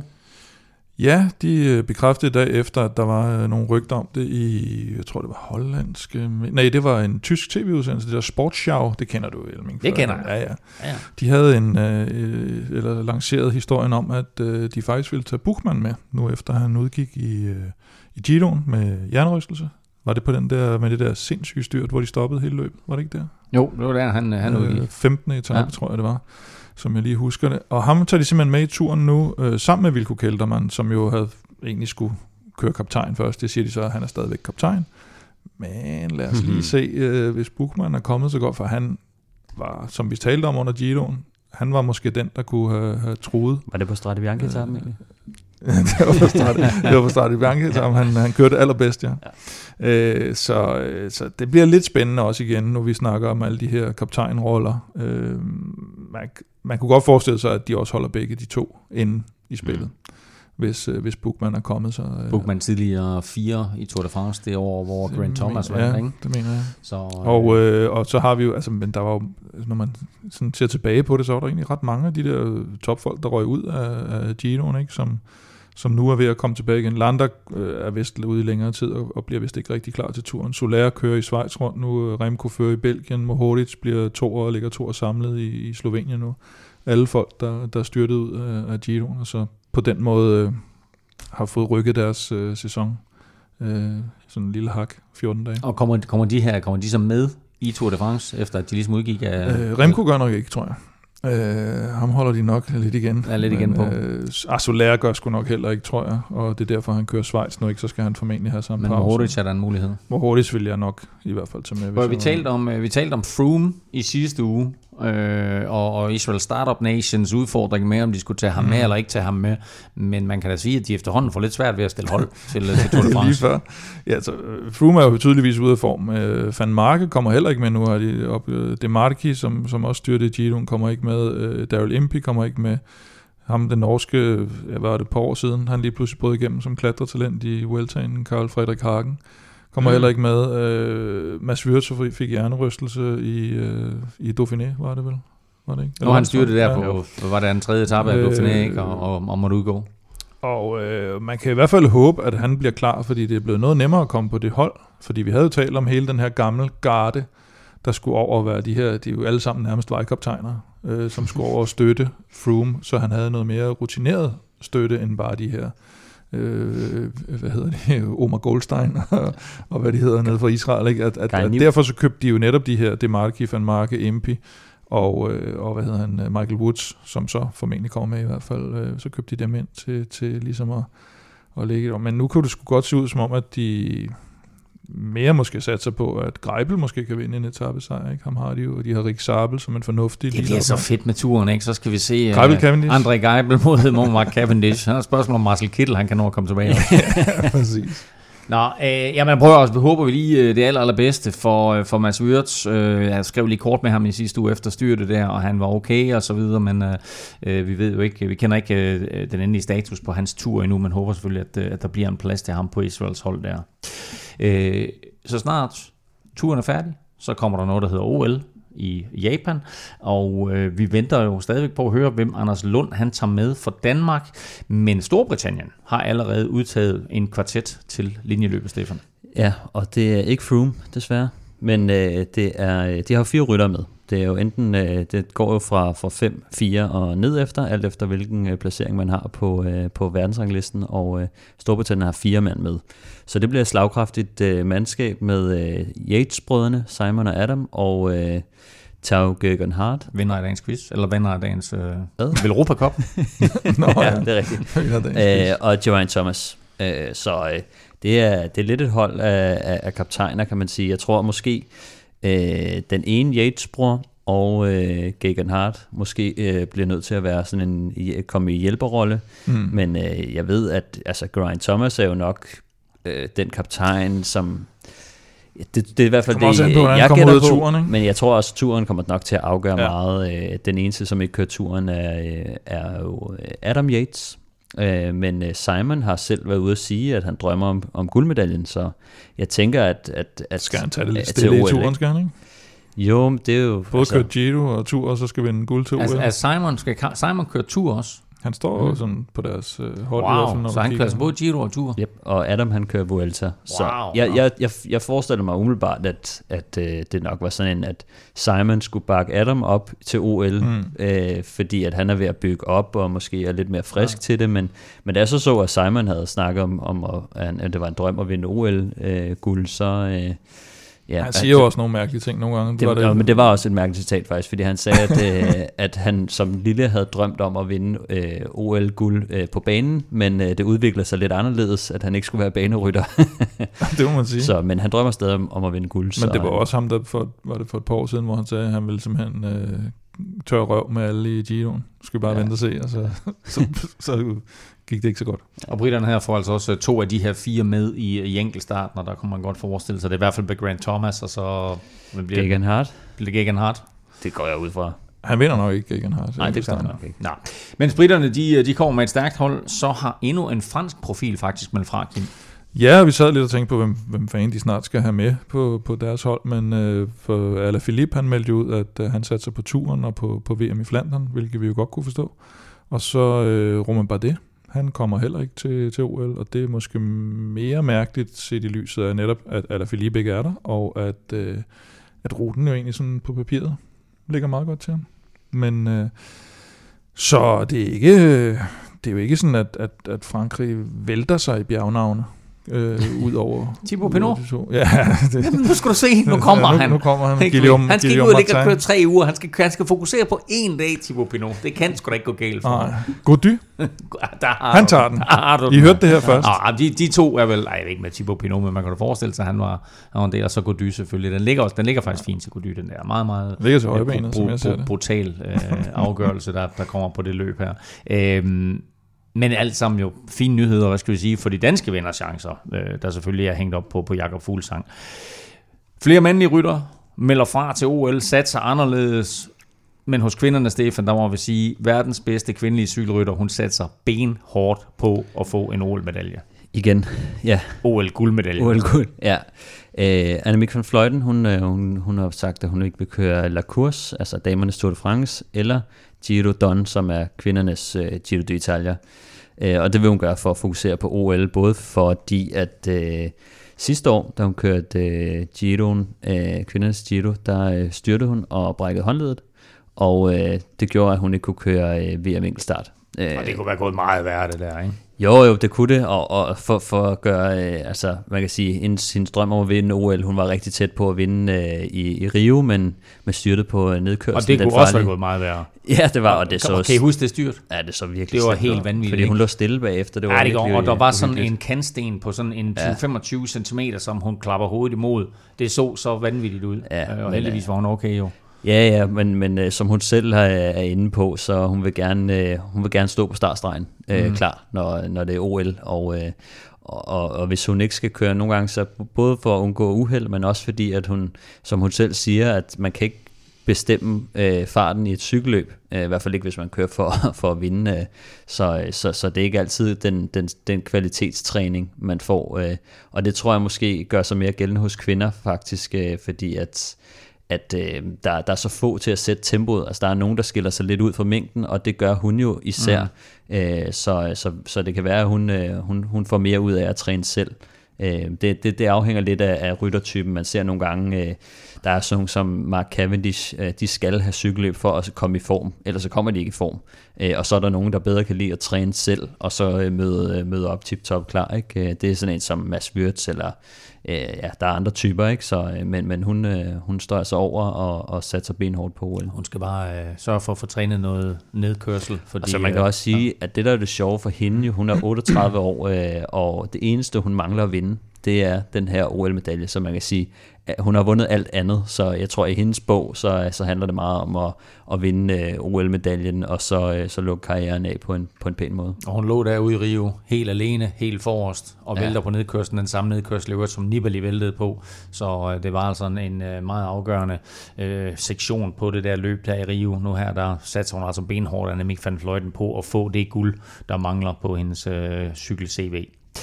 Ja, de bekræftede i dag efter, at der var nogle rygter om det i, jeg tror det var hollandsk, nej, det var en tysk tv-udsendelse, det der Sportschau, det kender du, Elming. Det kender jeg. Ja, ja. Ja, ja. De havde en, øh, eller lanceret historien om, at øh, de faktisk ville tage Buchmann med, nu efter han udgik i, øh, i Giroen med hjernerystelse. Var det på den der, med det der sindssyge styrt, hvor de stoppede hele løbet? Var det ikke der? Jo, det var der, han, han udgik. Øh, femtende etape, ja. Tror jeg det var, som jeg lige husker det. Og ham tager de simpelthen med i turen nu, øh, sammen med Wilco Kelderman, som jo havde egentlig skulle køre kaptajn først. Det siger de så, at han er stadigvæk kaptajn. Men lad os lige se, øh, hvis Buchmann er kommet så godt, for han var, som vi talte om under Giroen, han var måske den, der kunne have, have truet. Var det på Strade Bianche-etappen egentlig? det var på Strade, det var på Strade Bianche-etappen. Han, han kørte allerbedst, ja. ja. Øh, så, så det bliver lidt spændende også igen, når vi snakker om alle de her kaptajnroller. Øh, man, man kunne godt forestille sig, at de også holder begge de to inde i spillet. Mm. Hvis, øh, hvis Buchmann er kommet. Så, øh, Buchmann tidligere fire i Tour de France, det år, hvor Grant det Thomas mener, var, ja, ikke? det mener jeg. Så, øh, og, øh, og så har vi jo, altså, men der var jo, når man sådan ser tilbage på det, så var der egentlig ret mange af de der topfolk, der røg ud af, af Giroen, ikke? Som, som nu er ved at komme tilbage igen. Lander øh, er vist ude i længere tid, og, og bliver vist ikke rigtig klar til turen. Soler kører i Schweiz rundt nu, Remco fører i Belgien, Mohoric bliver to og ligger to og samlet i, i Slovenien nu. Alle folk, der, der er styrtet ud af, af Giroen, og så på den måde... Øh, har fået rykket deres øh, sæson. Øh, sådan en lille hak, fjorten dage. Og kommer, kommer de her, kommer de så med i Tour de France, efter at de ligesom udgik af... Øh, Remco gør nok ikke, tror jeg. Øh, ham holder de nok lidt igen. Ja, lidt igen men, på. Øh, Soler gør sgu nok heller ikke, tror jeg. Og det er derfor, han kører Schweiz nu ikke, så skal han formentlig have samme pause. Men Mohoric er der en mulighed. Mohoric vil jeg nok i hvert fald tage med. Hvor vi, talte om, vi talte om Froome i sidste uge, øh, og, og Israel Startup Nations udfordring med, om de skulle tage ham med mm. eller ikke tage ham med. Men man kan da sige, at de efterhånden får lidt svært ved at stille hold til, til Tour de France. Lige før. Ja, altså, Froome er jo tydeligvis ude af form. Øh, Van Marke kommer heller ikke med nu. Har de op, De Marchi, som, som også styrte Giroen, kommer ikke med. Øh, Daryl Impey kommer ikke med. Ham, den norske, jeg var det et par år siden, han lige pludselig brød igennem som klatretalent i Vueltaen, Carl Frederik Hagen. Kommer mm. heller ikke med. Øh, Mads Wirtz fik hjernerystelse i, øh, i Dauphiné, var det vel? Var det ikke? Eller han styrte der på, ja. Var det en tredje etape af Dauphiné, ikke? Og, og, og måtte udgå. Og øh, man kan i hvert fald håbe, at han bliver klar, fordi det er blevet noget nemmere at komme på det hold. Fordi vi havde jo talt om hele den her gamle garde, der skulle over at være de her, de er jo alle sammen nærmest vejkaptajner, øh, som skulle over at støtte Froome, så han havde noget mere rutineret støtte, end bare de her, øh, hvad hedder det, Omar Goldstein, og, og hvad de hedder nede fra Israel, ikke? At, at, at derfor så købte de jo netop de her, De Marchi, Van Marke, Impey, og, øh, og hvad hedder han, Michael Woods, som så formentlig kommer med i hvert fald, øh, så købte de dem ind til, til ligesom at, at lægge det. Men nu kunne det sgu godt se ud som om, at de mere måske satser på, at Greipel måske kan vinde en etapesejr, ikke? Ham har de jo, og de har Rick Sabel som en fornuftig. Det bliver så fedt med turen, ikke? Så skal vi se Greipel Cavendish. André Greipel mod Mark Cavendish. Han har et spørgsmål om Marcel Kittel, han kan nå at komme tilbage. Ja, præcis. Nå, øh, jamen prøver også, vi håber vi lige det aller, allerbedste for, for Mads Wirtz. Øh, jeg skrev lige kort med ham i sidste uge efter styrtet der, og han var okay og så videre, men øh, vi ved jo ikke, vi kender ikke øh, den endelige status på hans tur endnu, men håber selvfølgelig, at, at der bliver en plads til ham på Israels hold der. Øh, så snart turen er færdig, så kommer der noget, der hedder O L i Japan, og øh, vi venter jo stadigvæk på at høre, hvem Anders Lund han tager med for Danmark, men Storbritannien har allerede udtaget en kvartet til linjeløbet, Stefan. Ja, og det er ikke Froome, desværre, men øh, det er, de har fire rytter med. Det er jo enten, øh, det går jo fra, fra fem, fire og ned efter, alt efter hvilken øh, placering man har på, øh, på verdensranglisten, og øh, Storbritannien har fire mand med. Så det bliver et slagkraftigt øh, mandskab med øh, Yates-brødrene, Simon og Adam, og øh, Tao Geoghegan Hart. Vinder af dagens quiz, eller vinder af dagens øh, Europa Cup. Nå, ja, det er rigtigt. Æ, og Geraint Thomas. Æ, så øh, det, er, det er lidt et hold af, af, af kaptajner, kan man sige. Jeg tror måske, øh, den ene Yates-bror og øh, Geoghegan Hart måske øh, bliver nødt til at være sådan en, komme i hjælperrolle. Mm. Men øh, jeg ved, at altså, Geraint Thomas er jo nok øh, den kaptajn, som... Det, det er i hvert fald det, på, jeg gætter på, turen, men jeg tror også, at turen kommer nok til at afgøre ja. meget. Den eneste, som ikke kører turen, er, er jo Adam Yates. Men Simon har selv været ude at sige, at han drømmer om, om guldmedaljen, så jeg tænker, at... at, at skal han tage det lidt stille i turen, skal han ikke? Jo, det er jo... Både altså, køre Giro og Tour, og så skal vinde guld til O L. Altså, altså Simon, skal Simon køre Tour også? Han står jo mm. sådan på deres øh, hold. Wow, i hvert fald, så han kører altså både Giro og Tour? Yep, og Adam han kører Vuelta. Wow. Så jeg, jeg, jeg, jeg forestiller mig umiddelbart, at, at øh, det nok var sådan en, at Simon skulle bakke Adam op til O L, mm. øh, fordi at han er ved at bygge op, og måske er lidt mere frisk ja. til det, men, men da jeg så så, at Simon havde snakket om, om at, at det var en drøm at vinde O L-guld, øh, så... Øh, Ja, han siger jo også nogle mærkelige ting nogle gange. Det var det. Ja, men det var også et mærkeligt citat faktisk, fordi han sagde, at, øh, at han som lille havde drømt om at vinde øh, O L-guld øh, på banen, men øh, det udviklede sig lidt anderledes, at han ikke skulle være banerytter. Det må man sige. Så, men han drømmer stadig om, om at vinde guld. Men så, det var også ham, der for, var det for et par år siden, hvor han sagde, at han ville simpelthen øh, tør røv med alle i Giroen. Skal bare ja. vente og se, og så, så, så gik det ikke så godt. Og britterne her får altså også to af de her fire med i, i enkeltstarten, og der kunne man godt forestille sig. Det er i hvert fald med Grant Thomas, og så... Geoghegan Hart. Geoghegan Hart. Det går jeg ud fra. Han vinder nok ikke Geoghegan Hart. Nej, det gør han nok ikke. Nej. Mens britterne, de, de kommer med et stærkt hold, så har endnu en fransk profil faktisk meldt fra, Kim. Ja, vi sad lidt og tænkte på, hvem, hvem fanden de snart skal have med på, på deres hold, men øh, for Alaphilippe, han meldte ud, at øh, han satte sig på turen og på, på V M i Flandern, hvilket vi jo godt kunne forstå. Og så øh, Romain Bardet, han kommer heller ikke til, til O L, og det er måske mere mærkeligt set i lyset af netop, at Alaphilippe ikke er der, og at, øh, at ruten jo egentlig sådan på papiret ligger meget godt til ham. Men øh, så det er ikke, det er jo ikke sådan, at, at, at Frankrig vælter sig i bjergnavne. Øh, ud over Thibaut Pinot. Ja, det. Jamen, nu skal du se, nu kommer ja, nu, han. Nu kommer han. Guillaume, han skal ikke ud og ligge og køre tre uger. Han skal, han skal fokusere på en dag, Thibaut Pinot. Det kan sgu da ikke gå galt for ham. Gody. Han tager den. I hørte det her først. Ah, de, de to er vel, nej, jeg ved ikke med Thibaut Pinot, men man kan da forestille sig, at han var, han var en del, og så Gody selvfølgelig. Den ligger, også, den ligger faktisk fint til Gody, den der. Meget, meget ligger til højbenet, som jeg ser det. Brutal øh, afgørelse, der, der kommer på det løb her. Øhm, Men alt sammen jo fine nyheder, hvad skal vi sige, for de danske vinders chancer, øh, der selvfølgelig er hængt op på, på Jakob Fuglsang. Flere mandlige rytter melder fra til O L, satser anderledes, men hos kvinderne, Stefan, der må vi sige, verdens bedste kvindelige cykelrytter, hun satser benhårdt på at få en O L-medalje. Igen, ja. O L-guldmedalje. O L-guld, ja. Øh, Annemiek van Vleuten, hun, hun, hun har sagt, at hun ikke vil køre La Course, altså damernes Tour de France, eller Giro Donne, som er kvindernes uh, Giro d'Italia. Uh, og det vil hun gøre for at fokusere på O L, både fordi at uh, sidste år, da hun kørte uh, Giroen, uh, kvindernes Giro, der uh, styrte hun og brækkede håndledet, og uh, det gjorde, at hun ikke kunne køre uh, V M enkeltstart. Uh, og det kunne være gået meget værre, det der, ikke? Jo, jo, det kunne det, og, og for, for at gøre, øh, altså, man kan sige, hendes, hendes drøm om at vinde O L, hun var rigtig tæt på at vinde øh, i, i Rio, men med styrtet på nedkørslen. Og det kunne også være gået meget værre. Ja, det var, og det så... Kan I huske det styrt? Ja, det så virkelig. Det var helt vanvittigt. Fordi hun lå stille bagefter. Det var ja, det går, og der var sådan uhyggeligt. en kantsten på sådan en tyve til femogtyve centimeter, som hun klapper hovedet imod. Det så så vanvittigt ud, ja, og heldigvis var hun okay jo. Ja, ja, men, men øh, som hun selv er, er inde på, så hun vil gerne, øh, hun vil gerne stå på startstregen, øh, mm. klar, når, når det er O L, og, øh, og, og hvis hun ikke skal køre nogle gange, så både for at undgå uheld, men også fordi, at hun, som hun selv siger, at man kan ikke bestemme øh, farten i et cykelløb, øh, i hvert fald ikke, hvis man kører for, for at vinde, øh, så, så, så det er ikke altid den, den, den kvalitetstræning, man får, øh, og det tror jeg måske gør sig mere gældende hos kvinder faktisk, øh, fordi at at øh, der, der er så få til at sætte tempoet. Altså der er nogen, der skiller sig lidt ud fra mængden, og det gør hun jo især. Mm. Øh, så, så, så det kan være, at hun, øh, hun, hun får mere ud af at træne selv. Øh, det, det, det afhænger lidt af, af ryttertypen. Man ser nogle gange, øh, der er sådan som Mark Cavendish, øh, de skal have cykelløb for at komme i form, ellers så kommer de ikke i form. Øh, og så er der nogen, der bedre kan lide at træne selv, og så øh, møde, øh, møde op tip-top klar. Ikke? Det er sådan en som Mads Wirtz, eller øh, ja, der er andre typer, ikke? Så, øh, men, men hun, øh, hun står altså over og, og satser benhårdt på O L. Hun skal bare øh, sørge for at få trænet noget nedkørsel. Fordi, og så man kan også sige, ja. at det der er det sjove for hende, jo, hun er otteogtredive år, øh, og det eneste, hun mangler at vinde, det er den her O L-medalje, så man kan sige, at hun har vundet alt andet, så jeg tror, i hendes bog, så, så handler det meget om at, at vinde O L-medaljen, og så, så lukke karrieren af på en, på en pæn måde. Og hun lå derude i Rio, helt alene, helt forrest, og ja. vælter på nedkørslen, den samme nedkørsel, som Nibali væltede på, så det var altså en meget afgørende øh, sektion på det der løb der i Rio. Nu her, der satser hun altså benhårdt, Annemiek van Vleuten, på at få det guld, der mangler på hendes øh, cykel-C V.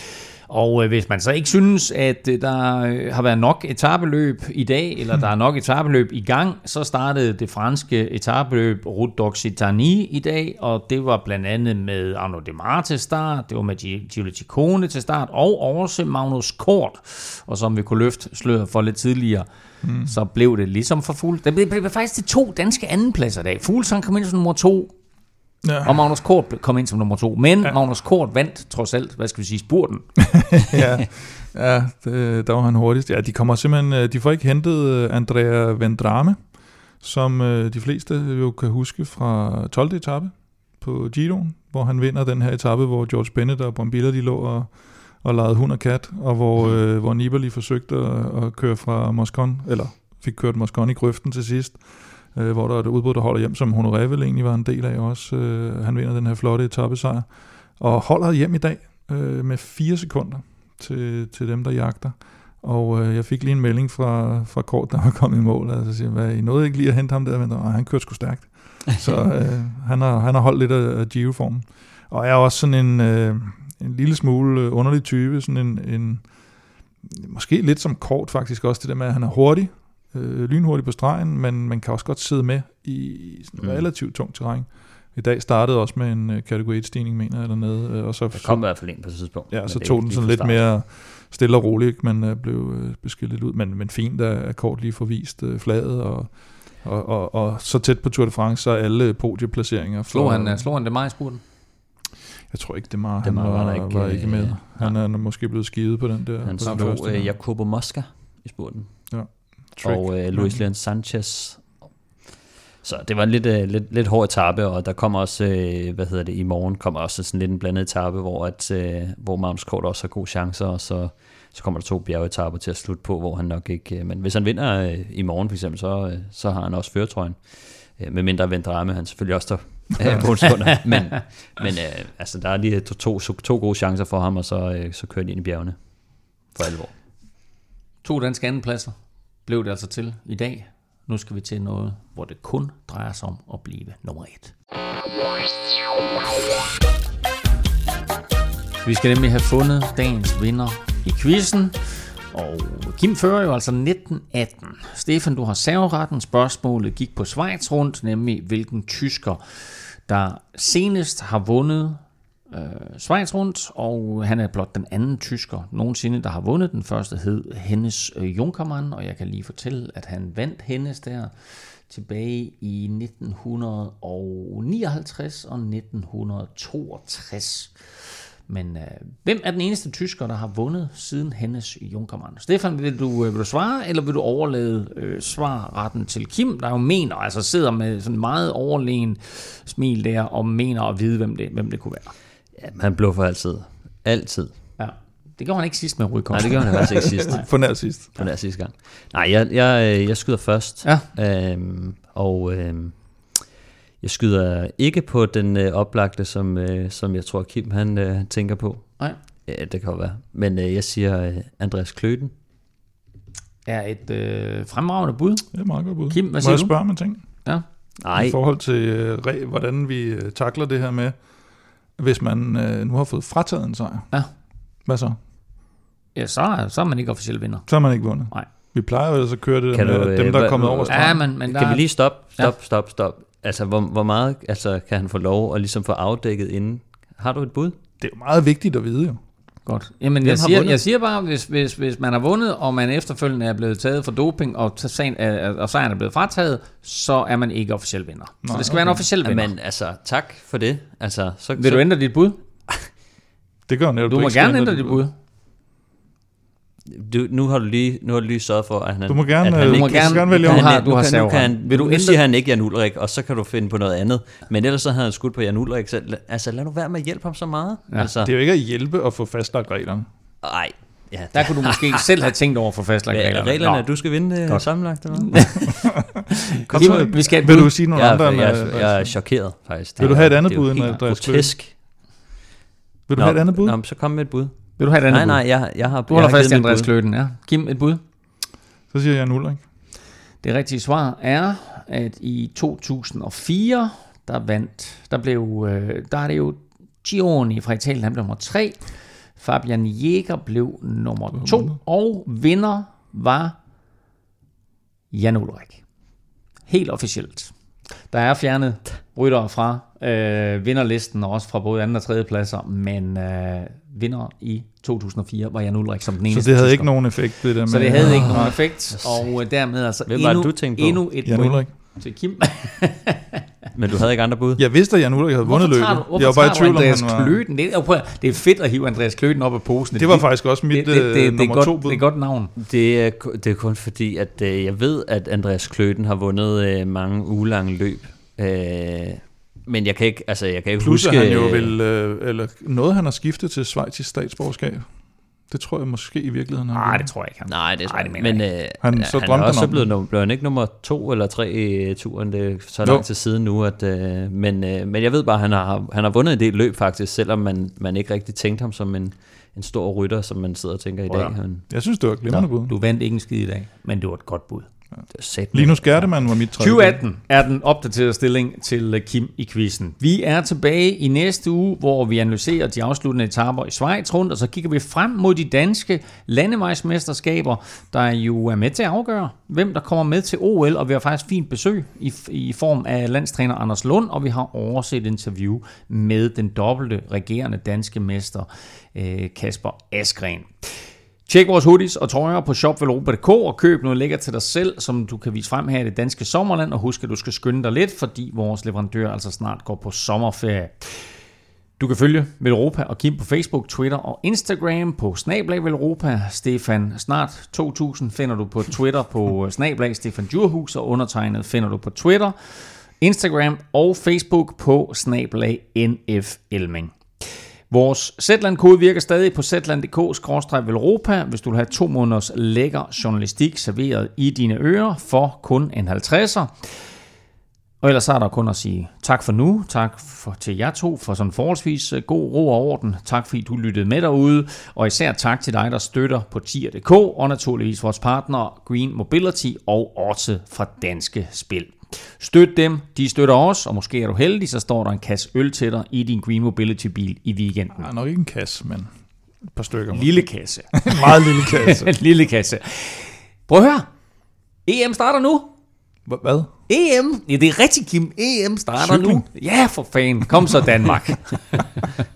Og øh, hvis man så ikke synes, at øh, der øh, har været nok etapeløb i dag, eller der er nok etapeløb i gang, så startede det franske etapeløb Route d'Occitanie i dag, og det var blandt andet med Arnaud Démare til start, det var med Giulio Ciccone til start, og også Magnus Kort, og som vi kunne løfte sløret for lidt tidligere, mm. så blev det ligesom for Fuglsang. Det blev, blev faktisk til to danske andenpladser i dag. Fuglsang kom ind som nummer to, ja. Og Magnus Kort kom ind som nummer to. Men ja. Magnus Kort vandt trods alt, hvad skal vi sige, spurten. ja, ja det, der var han hurtigst. Ja, de kommer simpelthen, de får ikke hentet Andrea Vendrame, som de fleste jo kan huske fra tolvte etape på Giroen, hvor han vinder den her etape, hvor George Bennett og Brambilla, de lå og, og legede hund og kat, og hvor, mm. øh, hvor Nibali forsøgte at, at køre fra Moscon, eller fik kørt Moscon i grøften til sidst, øh, hvor der er et udbrud, der holder hjem, som Honoré vel egentlig var en del af også. Øh, han vinder den her flotte etapesejr, og holder hjem i dag øh, med fire sekunder til, til dem, der jagter. Og øh, jeg fik lige en melding fra, fra Kort, der var kommet i mål, altså siger, hvad, I nåede ikke lige at hente ham der, men der, han kørte sgu stærkt. Så øh, han, har, han har holdt lidt af, af Giro-formen. Og er også sådan en, øh, en lille smule underlig type, sådan en, en måske lidt som Kort faktisk også, det der med, at han er hurtig, øh, lynhurtig på stregen, men man kan også godt sidde med i sådan mm. relativt tungt terræn. I dag startede også med en uh, kategori et-stigning, mener jeg, dernede. Og så, der kom i hvert fald en på et tidspunkt. Ja, så tog den sådan lidt mere stille og roligt, men uh, blev uh, beskillet ud. Men, men fint, at Kort lige får vist uh, flaget, og, og, og, og så tæt på Tour de France, så alle podieplaceringer. Slog han, uh, slog han Démare i spurten? Jeg tror ikke, Démare han var, var, ikke, var ikke med. Han er måske blevet skivet på den der. Han slog uh, Jacopo Mosca i spurten. Ja. Trick. Og uh, Luis Leon Sanchez. Så det var en lidt, uh, lidt, lidt hård etape, og der kommer også, uh, hvad hedder det, i morgen kommer også sådan lidt en blandet etape, hvor, at, uh, hvor Magnus Kort også har gode chancer, og så, så kommer der to bjergetapper til at slutte på, hvor han nok ikke, uh, men hvis han vinder uh, i morgen for eksempel, så, uh, så har han også førertrøjen, uh, med mindre Vendrame, han selvfølgelig også der uh, på en stund, men, men uh, altså, der er lige to, to, to gode chancer for ham, og så, uh, så kører de ind i bjergene for alvor. To danske andenpladser blev det altså til i dag. Nu skal vi til noget, hvor det kun drejer sig om at blive nummer et. Vi skal nemlig have fundet dagens vinder i quizzen. Og Kim fører jo altså nitten atten. Stefan, du har serveretten. Spørgsmålet gik på Schweiz rundt, nemlig hvilken tysker, der senest har vundet øh, Schweiz rundt, og han er blot den anden tysker nogensinde, der har vundet. Den første hed Hennes Junkermann, og jeg kan lige fortælle, at han vandt Hennes der tilbage i nitten nioghalvtreds og nitten toogtres. Men øh, hvem er den eneste tysker, der har vundet siden Hennes Junkermann? Stefan, vil du, vil du svare, eller vil du overlade øh, svarretten til Kim, der jo mener, altså sidder med sådan meget overlegen smil der, og mener at vide, hvem det, hvem det kunne være? Ja, han bluffer altid. Altid. Ja. Det gjorde han ikke sidst med Rui Costa. Nej, det gjorde han faktisk ikke sidst. For nær sidst. For nær sidst gang. Nej, jeg, jeg, jeg skyder først. Ja. Øhm, og øhm, jeg skyder ikke på den øh, oplagte, som, øh, som jeg tror, Kim han øh, tænker på. Nej. Ja, det kan jo være. Men øh, jeg siger øh, Andreas Kløden. Er et øh, fremragende bud. Det er meget godt bud. Kim, hvad siger siger du? Må jeg spørge om en ting? Ja. Nej. I forhold til, øh, hvordan vi øh, takler det her med, hvis man øh, nu har fået frataget en sejr. Ja. Hvad så? Ja, så, så er man ikke officielt vinder. Så er man ikke vundet. Nej. Vi plejer jo altså at køre det der med, dem, der er kommet over stregen. Ja, men, men kan der... vi lige stoppe, stop, ja. stop, stop. Altså, hvor, hvor meget altså, kan han få lov at ligesom få afdækket inden? Har du et bud? Det er jo meget vigtigt at vide jo. Godt. Jamen, jeg siger, jeg siger bare, hvis, hvis, hvis man har vundet, og man efterfølgende er blevet taget for doping, og, sagen er, og sejren er blevet frataget, så er man ikke officiel vinder. Nej, så det skal okay. være en officiel vinder. Men altså, tak for det. Altså, så, Vil så... du ændre dit bud? Det gør netop. Du, du må gerne ændre dit bud. Du, nu har du lige nu har du lige sørget for at han du må gerne, at han du ikke, må gerne kan, vælge om han, har, du har nu, kan, nu, vil du nu siger han ikke Jan Ullrich, og så kan du finde på noget andet. Men ellers så havde han skudt på Jan Ullrich. Så, altså lad nu være med at hjælpe ham så meget. Ja. Altså. Det er jo ikke at hjælpe at få fastlagt reglerne. Nej. Ja, der kunne du måske selv have tænkt over at få fastlagt ja, reglerne. Reglerne er, at du skal vinde uh, sammenlagt. Kom så, vi skal vil du sige nogle jeg, andre? Jeg, jeg, jeg er chokeret faktisk. Vil du have et andet bud end Andreas Kløden? Vil du have et andet bud? Nå, så kom med et bud. Vil du have et andet nej, bud? Nej, nej, jeg har Du holder fast i Andreas Kløden, ja. Kim, et bud? Så siger jeg Jan Ullrich. Det rigtige svar er, at i to tusind og fire, der vandt, der blev, der er det jo Gioni fra Italien, han blev nummer tre. Fabian Jäger blev nummer to, og vinder var Jan Ullrich. Helt officielt. Der er fjernet ryttere fra øh, vinderlisten, og også fra både anden og tredje pladser, men øh, vinder i to tusind og fire var Jan Ullrich som den eneste. Så det havde tysker. Ikke nogen effekt? Det der med, Så det havde ikke nogen effekt, og øh, dermed altså Hvem endnu, var det, du endnu et point til Kim. Men du havde ikke andre bud? Jeg vidste, at Jan Ullrich havde vundet løbet. Hvorfor jeg var bare i tvivl, om Andreas han var... Kløten? Det er, det er fedt at hive Andreas Kløten op af posen. Det var faktisk også mit det, det, det, det, nummer det to bud. bud. Det er godt navn. Det er, det er kun fordi, at øh, jeg ved, at Andreas Kløten har vundet øh, mange ugelange løb. Øh, men jeg kan ikke, altså, jeg kan ikke Plus, huske... han jo vil, øh, eller noget, han har skiftet til schweizisk statsborgerskab. Det tror jeg måske i virkeligheden. Nej, det tror jeg ikke. Han. Nej, det tror Ej, jeg det ikke. Men øh, han, så han er også blevet, no, blev han ikke nummer to eller tre i turen. Det er så lang tid siden nu. At, øh, men, øh, men jeg ved bare, at han har, han har vundet en del løb faktisk, selvom man, man ikke rigtig tænkte ham som en, en stor rytter, som man sidder og tænker i dag. Ja. Han, jeg synes, det var et glimrende bud. Du vandt ikke en skid i dag, men det var et godt bud. Ja. Linus Gerdemann var mit tredje. tyve atten er den opdaterede stilling til Kim i quizzen. Vi er tilbage i næste uge, hvor vi analyserer de afsluttende etaper i Schweiz rundt, og så kigger vi frem mod de danske landevejsmesterskaber, der jo er med til at afgøre, hvem der kommer med til O L, og vi har faktisk fint besøg i, i form af landstræner Anders Lund, og vi har overset interview med den dobbelte regerende danske mester Kasper Asgreen. Tjek vores hoodies og trøjer på shop velropa punktum d k og køb noget lækkert til dig selv, som du kan vise frem her i det danske sommerland. Og husk, at du skal skynde dig lidt, fordi vores leverandør altså snart går på sommerferie. Du kan følge Velropa og Kim på Facebook, Twitter og Instagram på snablag Velropa. Stefan Snart to tusind finder du på Twitter på snablag Stefan Djurhus, og undertegnet finder du på Twitter, Instagram og Facebook på snablag N F Elming. Vores Zetland-kode virker stadig på zetland punktum d k skråstreg velropa, hvis du vil have to måneders lækker journalistik serveret i dine ører for kun en halvtredser. Og ellers er der kun at sige tak for nu, tak for, til jer to for sådan forholdsvis god ro og orden. Tak fordi du lyttede med derude, og især tak til dig, der støtter på tier punktum d k, og naturligvis vores partnere Green Mobility og Orte fra Danske Spil. Støt dem, de støtter os, og måske er du heldig, så står der en kasse øl til dig i din Green Mobility-bil i weekenden. Nej, nok ikke en kasse, men et par stykker. Lille kasse. En meget lille kasse. En lille kasse. Prøv at høre. E M starter nu. Hvad? E M? Ja, det er rigtig, Kim. E M starter Cykling. Nu. Ja, for fanden. Kom så, Danmark.